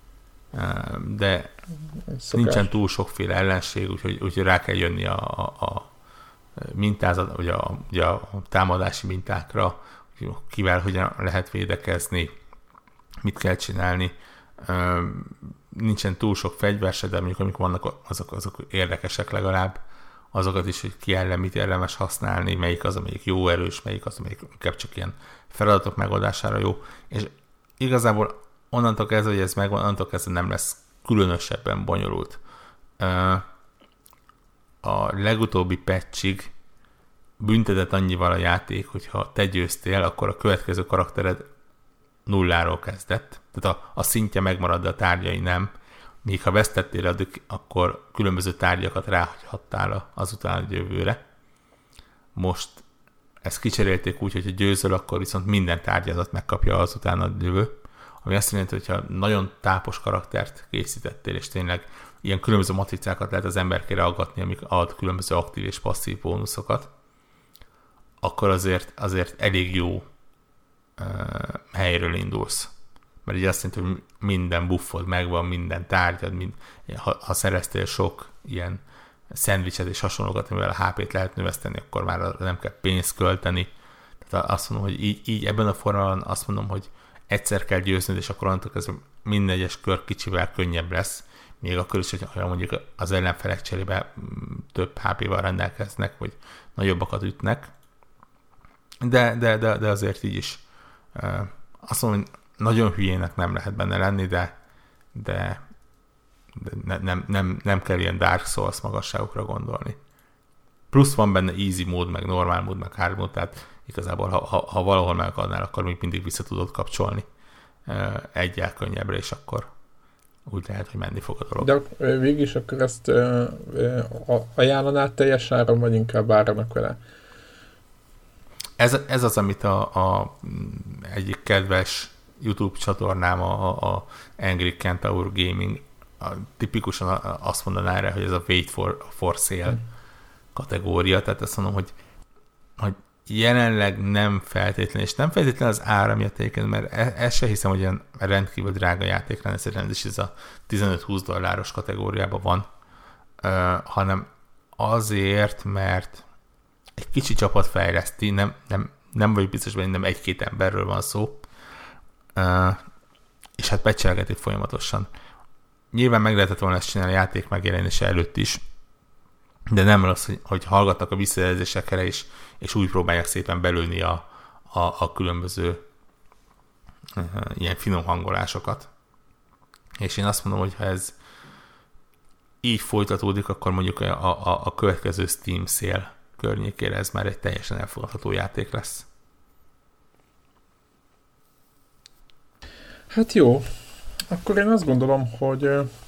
de Szokás. Nincsen túl sokféle ellenség, úgyhogy, úgyhogy rá kell jönni a, a, a mintázat, ugye a, ugye a támadási mintákra, kivel hogyan lehet védekezni, mit kell csinálni. Nincsen túl sok fegyverse, de mondjuk amikor vannak azok, azok érdekesek legalább, azokat is, hogy ki ellen mit érdemes használni, melyik az, amelyik jó erős, melyik az, amelyik inkább csak ilyen feladatok megoldására jó. És igazából onnantól kezdve, hogy ez megvan, onnantól kezdve nem lesz különösebben bonyolult. A legutóbbi patchig büntetett annyival a játék, hogyha te győztél, akkor a következő karaktered nulláról kezdett. Tehát a, a szintje megmarad, de a tárgyai nem. Míg ha vesztettél addig, akkor különböző tárgyakat ráhagyhattál azután a jövőre. Most ezt kicserélték úgy, hogy ha győzöl, akkor viszont minden tárgyazat megkapja azután a jövő. Ami azt jelenti, hogy ha nagyon tápos karaktert készítettél, és tényleg ilyen különböző matricákat lehet az emberkére aggatni, amik ad különböző aktív és passzív bónuszokat, akkor azért, azért elég jó uh, helyről indulsz. Mert így azt jelenti, hogy minden buffod megvan, minden tárgyad, mind, ha, ha szereztél sok ilyen szendvicset és hasonlókat, amivel a há pét lehet növeszteni, akkor már nem kell pénzt költeni. Tehát azt mondom, hogy így, így ebben a formában azt mondom, hogy egyszer kell győznöd, és akkor onnantól kezdve minden egyes kör kicsivel könnyebb lesz, még akkor is, hogy mondjuk az ellenfelek cserébe több há pével rendelkeznek, vagy nagyobbakat ütnek. De, de, de, de azért így is azt mondom, hogy nagyon hülyének nem lehet benne lenni, de, de, de ne, nem, nem, nem kell ilyen Dark Souls magasságokra gondolni. Plusz van benne easy mód, meg normál mód, meg hard mód, tehát igazából ha, ha, ha valahol meg akarnál, akkor még mindig vissza tudod kapcsolni egyel könnyebbre, és akkor úgy lehet, hogy menni fog a dolog. De végig is akkor ezt ajánlanád teljes áron, vagy inkább áranak vele? Ez, ez az, amit a, a egyik kedves YouTube csatornám, a, a Angry Centaur Gaming, a, tipikusan azt mondaná erre, hogy ez a Wait for, for Sale hmm. kategória, tehát azt mondom, hogy, hogy jelenleg nem feltétlenül, és nem feltétlenül az ára miatt egyébként, mert ezt se hiszem, hogy ilyen rendkívül drága játék lenne, szerintem is ez a tizenöt-húsz dolláros kategóriában van, uh, hanem azért, mert egy kicsi csapat fejleszti, nem, nem, nem vagyok biztos, hogy nem egy-két emberről van szó, uh, és hát becselgetik folyamatosan. Nyilván meg lehetett volna ezt csinálni a játék megjelenése előtt is, de nem az, hogy, hogy hallgatnak a visszajelzésekre, és, és úgy próbálják szépen belőni a, a, a különböző uh, ilyen finom hangolásokat. És én azt mondom, hogy ha ez így folytatódik, akkor mondjuk a, a, a következő Steam szél környékére ez már egy teljesen elfogadható játék lesz. Hát jó. Akkor én azt gondolom, hogy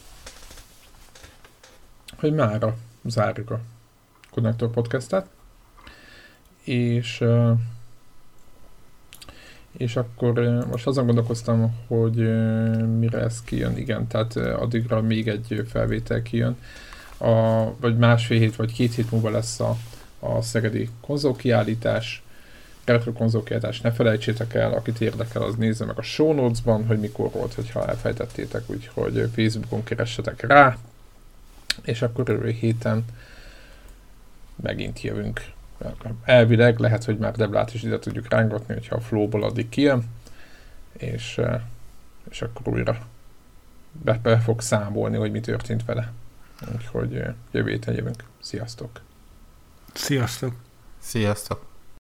hogy mára zárjuk a Konnektor Podcastet. És és akkor most azon gondolkoztam, hogy mire ez kijön. Igen, tehát addigra még egy felvétel kijön. A, vagy másfél hét, vagy két hét múlva lesz a, a szegedi konzolkiállítás. Retro konzolkiállítás, ne felejtsétek el, akit érdekel, az nézze meg a show notes-ban, hogy mikor volt, hogyha elfejtettétek, úgyhogy Facebookon keressetek rá, és akkor jövő héten megint jövünk. Elvileg lehet, hogy már Deblát is ide tudjuk rángatni, hogyha a Flow-ból addig kijön, és, és akkor újra be, be fog számolni, hogy mi történt vele. Úgyhogy jövő héten jövünk. Sziasztok! Sziasztok! Sziasztok!